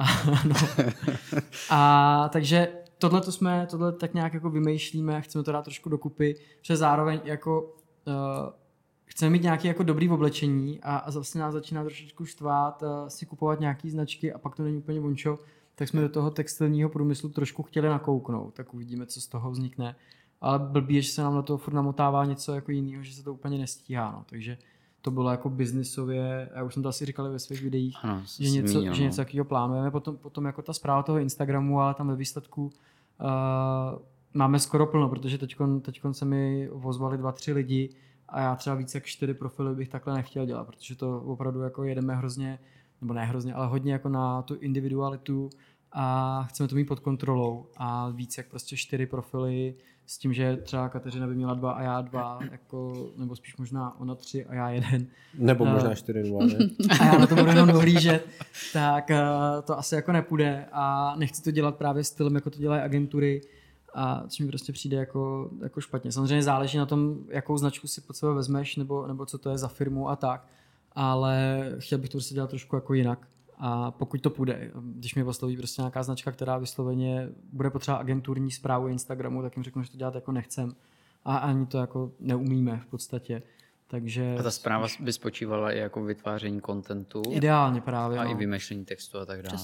Takže tohle tak nějak jako vymýšlíme, chceme to dát trošku dokupy, protože zároveň jako chceme mít nějaké jako dobrý oblečení a zase nás začíná trošičku štvát si kupovat nějaký značky a pak to není úplně vončo, tak jsme do toho textilního průmyslu trošku chtěli nakouknout, tak uvidíme, co z toho vznikne. Ale blbý je, že se nám na to furt namotává něco jako jiného, že se to úplně nestíhá, no. Takže to bylo jako biznisově, já už jsem to asi říkal ve svých videích, ano, že něco takového plánujeme, potom jako ta zpráva toho Instagramu, ale tam ve výsledku máme skoro plno, protože teďkon se mi ozvali 2-3 lidi a já třeba víc jak 4 profily bych takhle nechtěl dělat, protože to opravdu jako jedeme hrozně, nebo ne hrozně, ale hodně jako na tu individualitu a chceme to mít pod kontrolou a víc jak prostě 4 profily s tím, že třeba Kateřina by měla 2 a já 2, jako, nebo spíš možná ona 3 a já 1. Nebo možná 4-0, ne? A já na to budu jenom dohlížet, tak to asi jako nepůjde a nechci to dělat právě stylem, jako to dělají agentury, a což mi prostě přijde jako špatně. Samozřejmě záleží na tom, jakou značku si pod sebe vezmeš, nebo co to je za firmu a tak, ale chtěl bych to prostě dělat trošku jako jinak. A pokud to půjde, když mě osloví prostě nějaká značka, která vysloveně bude potřeba agenturní správu Instagramu, tak jim řeknu, že to dělat jako nechcem. A ani to jako neumíme v podstatě. Takže... A ta zpráva by spočívala i jako vytváření kontentu. Ideálně právě. A i vymýšlení textu a tak dále.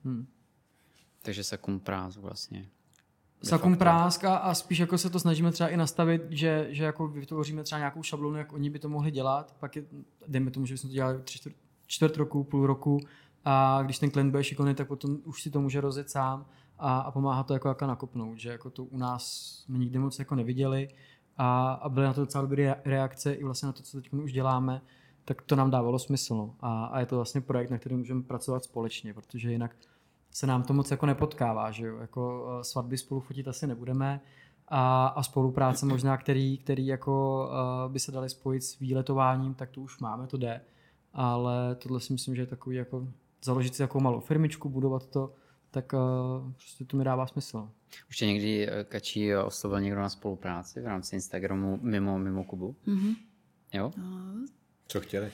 Takže sakum prásk vlastně. Sakum prásk a spíš jako se to snažíme třeba i nastavit, že jako vytvoříme třeba nějakou šablonu, jak oni by to mohli dělat. Pak dejme tomu, že bychom to dělali čtvrt roku, půl roku, a když ten klient bude šikovný, tak potom už si to může rozjet sám a pomáhá to jako nakopnout, že jako to u nás jsme nikdy moc jako neviděli a byly na to docela dobré reakce i vlastně na to, co teď už děláme, tak to nám dávalo smysl. No. A je to vlastně projekt, na kterém můžeme pracovat společně, protože jinak se nám to moc jako nepotkává, že jo, jako svatby spolu fotit asi nebudeme a spolupráce možná, který jako by se daly spojit s výletováním, tak to už máme, to jde, ale tohle si myslím, že je takový jako založit si takovou malou firmičku, budovat to, tak prostě to mi dává smysl. Už tě někdy Kačí oslovil někdo na spolupráci v rámci Instagramu mimo Kubu? Mm-hmm. Jo? Co chtěli?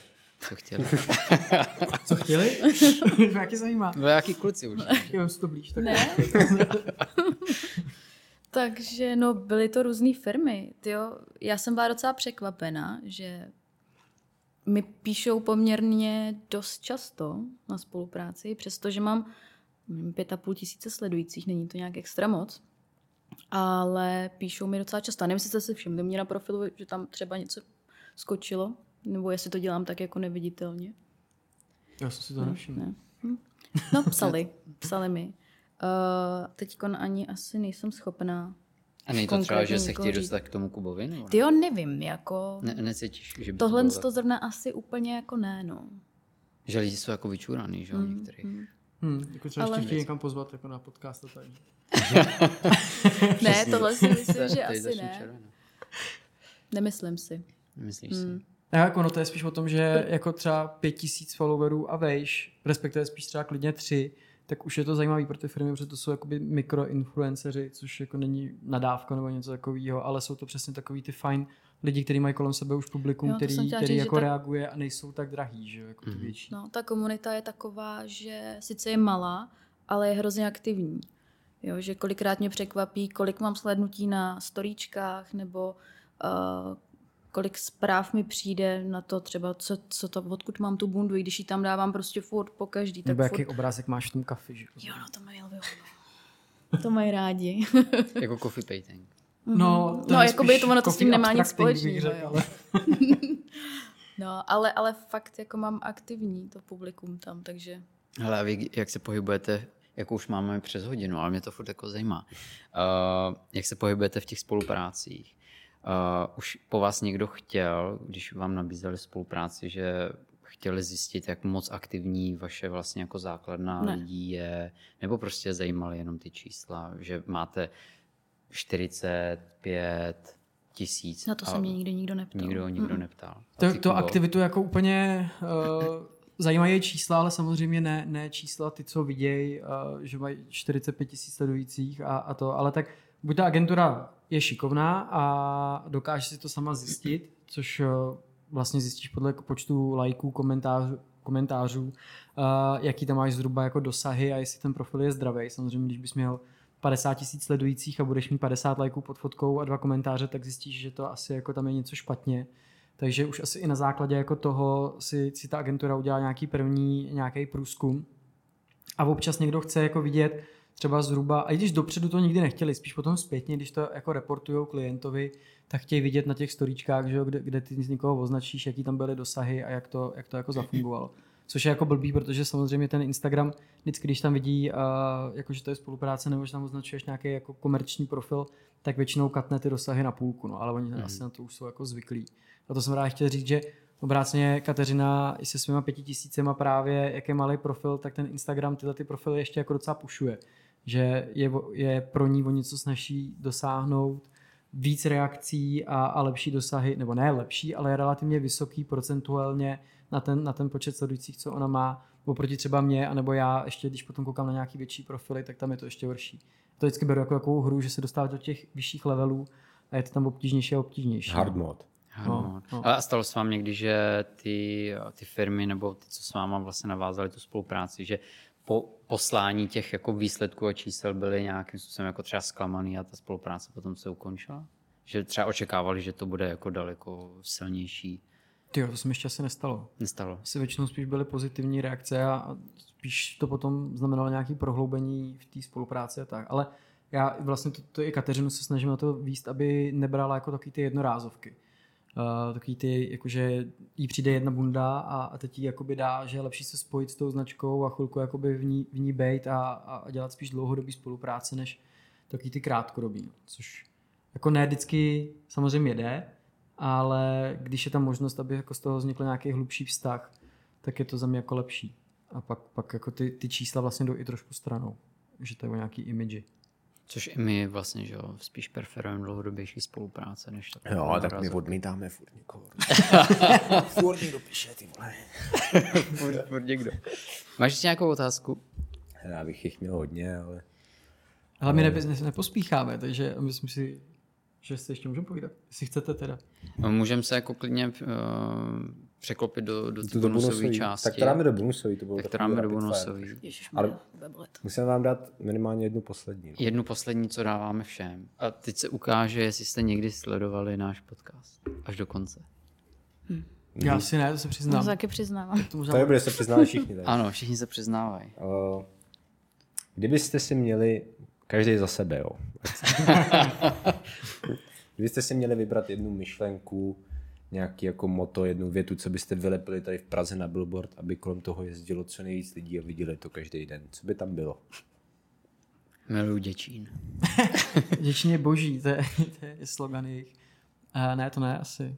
Co chtěli? Jak je zajímá? No jaký kluci už. Já si to blíž. Tak. Ne? Takže no, byly to různé firmy. Tyjo, já jsem byla docela překvapena, že mi píšou poměrně dost často na spolupráci, přestože mám 5,5 tisíce sledujících, není to nějak extra moc, ale píšou mi docela často. Nevím, jestli jste si všimli mě na profilu, že tam třeba něco skočilo, nebo jestli to dělám tak jako neviditelně. Já jsem si to nevšiml. Ne. No, psali mi. Teďkon ani asi nejsem schopná. A není to třeba, že se chtějí dostat k tomu Kubovi? Nebo ne? Ty jo, nevím, jako... Necítíš, že by tohle to bylo to zrovna asi úplně jako ne, no. Že lidi jsou jako vyčuraný, že jo, některých. Jako třeba ještě chtějí někam pozvat jako na podcast a tak. Ne, tohle si myslím, že asi ne. Červená. Nemyslím si. Myslíš si? Jako no to je spíš o tom, že jako třeba 5,000 followerů a vejš, respektive spíš třeba klidně 3, tak už je to zajímavý pro ty firmy, protože to jsou jakoby mikroinfluenceři, což jako není nadávka nebo něco takového, ale jsou to přesně takový ty fajn lidi, kteří mají kolem sebe už publikum, který jako reaguje a nejsou tak drahý, že jako ty větší. No, ta komunita je taková, že sice je malá, ale je hrozně aktivní. Jo, že kolikrát mě překvapí, kolik mám slednutí na storíčkách nebo kolik zpráv mi přijde na to třeba, odkud mám tu bundu, i když ji tam dávám prostě furt po každý. Nebo tak jaký furt... obrázek máš v tom kafi, že? Jo, no to mají to mají rádi. Jako coffee painting. No, jakoby to s tím nemá nic společného. Ale... No, ale fakt jako mám aktivní to publikum tam, takže... Hele, a vy jak se pohybujete, jako už máme přes hodinu, ale mě to furt jako zajímá. Jak se pohybujete v těch spoluprácích? Už po vás někdo chtěl, když vám nabízeli spolupráci, že chtěli zjistit, jak moc aktivní vaše vlastně jako základna lidí je, nebo prostě zajímaly jenom ty čísla, že máte 45 tisíc. Na to se mě nikdo neptal. Nikdo neptal. To aktivitu jako úplně zajímají čísla, ale samozřejmě ne čísla ty, co vidějí, že mají 45 tisíc sledujících a to, ale tak buď ta agentura je šikovná a dokáže si to sama zjistit, což vlastně zjistíš podle počtu lajků, komentářů, jaký tam máš zhruba jako dosahy a jestli ten profil je zdravý. Samozřejmě, když bys měl 50 tisíc sledujících a budeš mít 50 lajků pod fotkou a 2 komentáře, tak zjistíš, že to asi jako tam je něco špatně. Takže už asi i na základě jako toho si ta agentura udělá nějaký průzkum. A občas někdo chce jako vidět třeba zhruba, a i když dopředu to nikdy nechtěli, spíš potom zpětně, když to jako reportujou klientovi, tak chtějí vidět na těch storíčkách, že jo, kde ty z někoho označíš, jaký tam byly dosahy a jak to jako zafungovalo. Což je jako blbý, protože samozřejmě ten Instagram, vždycky, když tam vidí, jako že to je spolupráce, nebo že tam označuješ nějaký jako komerční profil, tak většinou katne ty dosahy na půlku, no, ale oni asi na to už jsou jako zvyklí. A to jsem rád chtěl říct, že obráceně Kateřina i se svýma 5000 právě, jak je malý profil, tak ten Instagram tyhle ty profily ještě jako docela pušuje. Že je pro ní o něco snaží dosáhnout víc reakcí a lepší dosahy, nebo ne lepší, ale je relativně vysoký procentuálně na ten počet sledujících, co ona má, oproti třeba mě, anebo já ještě, když potom koukám na nějaký větší profily, tak tam je to ještě horší. To vždycky beru jako takovou hru, že se dostáváš do těch vyšších levelů a je to tam obtížnější a obtížnější. Hard mode. No. A stalo se vám někdy, že ty firmy nebo ty, co s váma vlastně navázali tu spolupráci, že po poslání těch jako výsledků a čísel byly nějakým způsobem jako třeba zklamaný a ta spolupráce potom se ukončila? Že třeba očekávali, že to bude jako daleko silnější? Tyjo, to se mi ještě asi nestalo. Asi většinou spíš byly pozitivní reakce a spíš to potom znamenalo nějaké prohloubení v té spolupráci a tak. Ale já vlastně to i Kateřinu se snažím na to víst, aby nebrala jako takový ty jednorázovky. Takový ty, jakože jí přijde jedna bunda a teď jí jakoby dá, že je lepší se spojit s tou značkou a chvilku jakoby v ní bejt a dělat spíš dlouhodobý spolupráce, než takový ty krátkodobý. Což jako ne vždycky samozřejmě jde, ale když je tam možnost, aby jako z toho vznikl nějaký hlubší vztah, tak je to za mě jako lepší. A pak jako ty čísla vlastně jdou i trošku stranou, že to je o nějaký imidži. Což i my vlastně, že jo, spíš preferujeme dlouhodobější spolupráce, než to. Jo, tak my odmítáme furt někoho. Furt někdo píše, ty vole. Furt někdo. Máš ještě nějakou otázku? Já bych jich měl hodně, ale... Ale my nepospícháme, takže myslím si, že se ještě můžeme povídat, jestli chcete teda. Můžeme se jako klidně překlopit do bonusové části. Tak to dáme do bonusové. Tak to dáme do bonusové. Ale musím vám dát minimálně jednu poslední. Jednu poslední, co dáváme všem. A teď se ukáže, jestli jste někdy sledovali náš podcast. Až do konce. Já asi ne, to se přiznám. To taky přiznávám. To je, bude se přiznávat všichni. Tady. Ano, všichni se přiznávají. Kdybyste si měli, každý za sebe, jo. Kdybyste si měli vybrat jednu myšlenku, nějaký jako moto, jednu větu, co byste vylepili tady v Praze na billboard, aby kolem toho jezdilo co nejvíc lidí a viděli to každý den. Co by tam bylo? Miluju Děčín. Děčín je boží, to je slogan jejich. Ne, to ne, asi.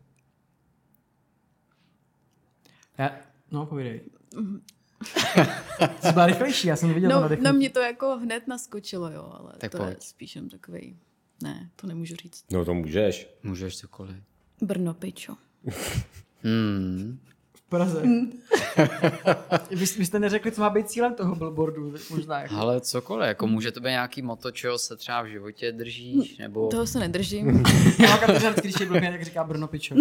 No, povídej. Jsi byla rychlejší, já jsem neviděl. No mě to jako hned naskočilo, jo, ale tak to pojď. je spíš jen takovej, ne, to nemůžu říct. No to můžeš. Můžeš cokoliv. Brno, pičo. V Praze. Vy jste neřekli, co má být cílem toho billboardu, možná. Jako. Ale cokoliv, jako může to být nějaký moto, čeho se třeba v životě držíš, nebo... Toho se nedržím. Já Kateřina, když je blbě, tak říká Brno, pičo.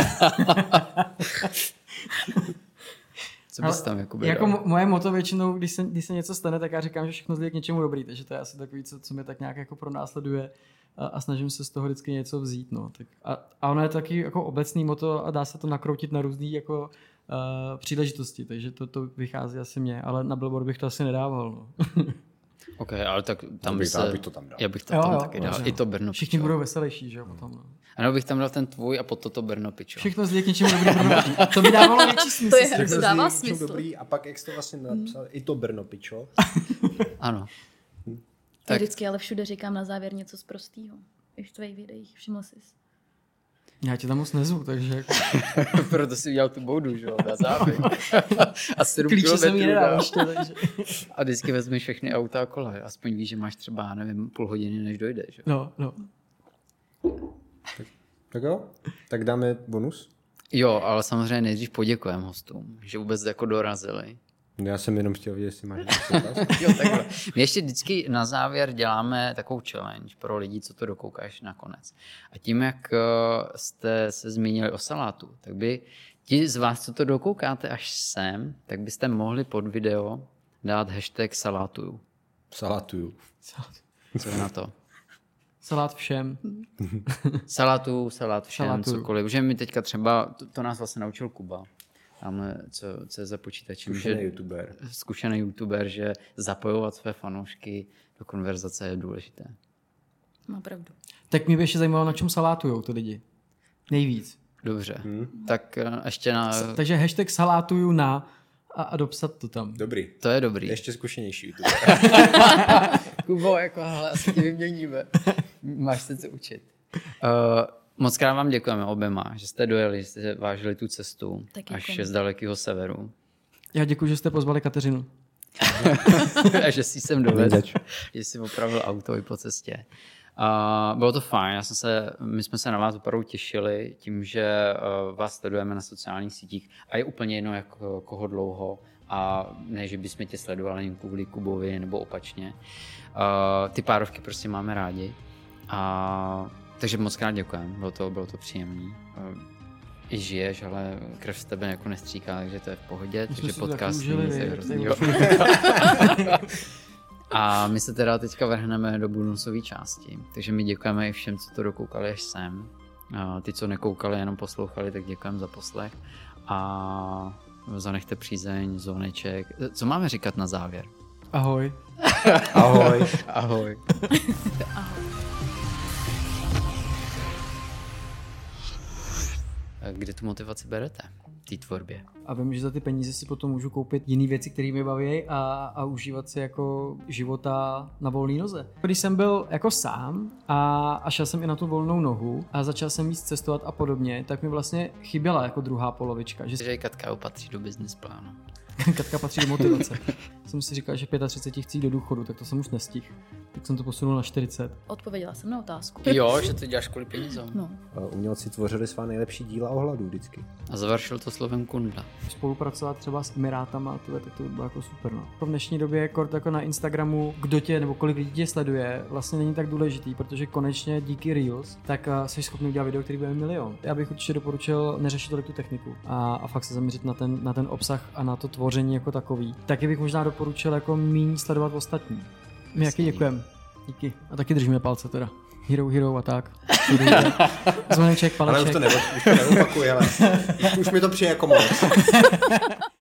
Co bys tam jako moje moto většinou, když se něco stane, tak já říkám, že všechno zlí k něčemu dobrý, takže to je asi takový, co mě tak nějak jako pronásleduje a snažím se z toho vždycky něco vzít. No. Tak a ono je taky jako obecný moto a dá se to nakroutit na různý jako příležitosti, takže to vychází asi mě, ale na billboard bych to asi nedával. No. OK, ale tak tam by to tam dal. Já bych to tam taky dal. I to Brno Všichni pičo. budou veselější, že jo, potom. No. Ano, bych tam dal ten tvůj a potom to Brno pičo. Všechno zlí k něčemu dobrý Brno pičo. To by dávalo větší smysl. To dává smysl. Dobrý, a pak jak jsi to vlastně napsal, i to Brno pičo. Ano. Tak. Vždycky ale všude říkám na závěr něco z prostýho. I v tvých videích, všiml jsi. Já tě tam moc nezvu, takže... Proto si udělal tu boudu, že jo, na závěr. A 7 Klíče jsem jí kilometrů nedal ještě, takže... A vždycky vezmeš všechny auta a kola. Aspoň víš, že máš třeba, nevím, půl hodiny, než dojdeš. No. Tak jo, tak dáme bonus. Jo, ale samozřejmě nejdřív poděkujeme hostům, že vůbec jako dorazili. Já jsem jenom chtěl vidět, jestli máš Jo, takhle. My ještě vždycky na závěr děláme takovou challenge pro lidi, co to dokoukáš nakonec. A tím, jak jste se zmínili o salátu, tak by ti z vás, co to dokoukáte až sem, tak byste mohli pod video dát hashtag salátuju. Salatuju. Co je na to? Salát všem. Salát všem, Salatuju. cokoliv. Že my teďka třeba, to nás vlastně naučil Kuba, tamhle, co je za počítačem. Zkušený youtuber, že zapojovat své fanoušky do konverzace je důležité. Má pravdu. Tak mě by ještě zajímalo, na čem salátujou ty lidi. Nejvíc. Dobře. Tak ještě na... Takže hashtag salátuju na a dopsat to tam. Dobrý. To je dobrý. Ještě zkušenější youtuber. Kubo, jako hele, asi ti vyměníme. Máš se co učit. Moc krát vám děkujeme oběma, že jste dojeli, že jste vážili tu cestu až z dalekého severu. Já děkuji, že jste pozvali Kateřinu. A že jsi sem dovedl, že jsi opravil auto i po cestě. Bylo to fajn, my jsme se na vás opravdu těšili tím, že vás sledujeme na sociálních sítích a je úplně jedno, jak koho dlouho a ne, že bychom tě sledovali jen kvůli Kubovi nebo opačně. Ty párovky prostě máme rádi. Takže moc krát děkujeme, bylo to příjemný. I žiješ, ale krev z tebe jako nestříká, takže to je v pohodě, takže podcast není hroznýho. A my se teda teďka vrhneme do bonusové části, takže my děkujeme i všem, co to dokoukali až sem. Ty, co nekoukali, jenom poslouchali, tak děkujeme za poslech. A zanechte přízeň, zvoneček. Co máme říkat na závěr? Ahoj. Ahoj. Ahoj. Ahoj. Kde tu motivaci berete v té tvorbě? A vím, že za ty peníze si potom můžu koupit jiné věci, které mě baví a užívat si jako života na volné noze. Když jsem byl jako sám a šel jsem i na tu volnou nohu a začal jsem víc cestovat a podobně, tak mi vlastně chyběla jako druhá polovička. Že Katka patří do business plánu. Katka patří do motivace. Jsem si říkal, že 35 chci jít do důchodu, tak to jsem už nestihl. Tak jsem to posunul na 40. Odpověděla jsem na otázku. Jo, že to děláš kvůli penězům. No. Umělci tvořili svá nejlepší díla o hladu vždycky. A završil to slovem kunda. Spolupracovat třeba s Emirátama, tak to bylo jako super. No. V dnešní době kort jako na Instagramu, kdo tě nebo kolik lidí tě sleduje, vlastně není tak důležitý, protože konečně díky Reels, tak jsi schopný udělat video, který bude 1 milion. Já bych určitě doporučil neřešit tolik tu techniku a fakt se zaměřit na ten obsah a na to tvoření jako takový. Taky bych možná doporučil jako méně sledovat ostatní. My jaký děkujeme. Díky. A taky držíme palce teda. Hero a tak. Zvoneček, paleček. Ale už to neopakuji, ale už mi to přijde jako moc.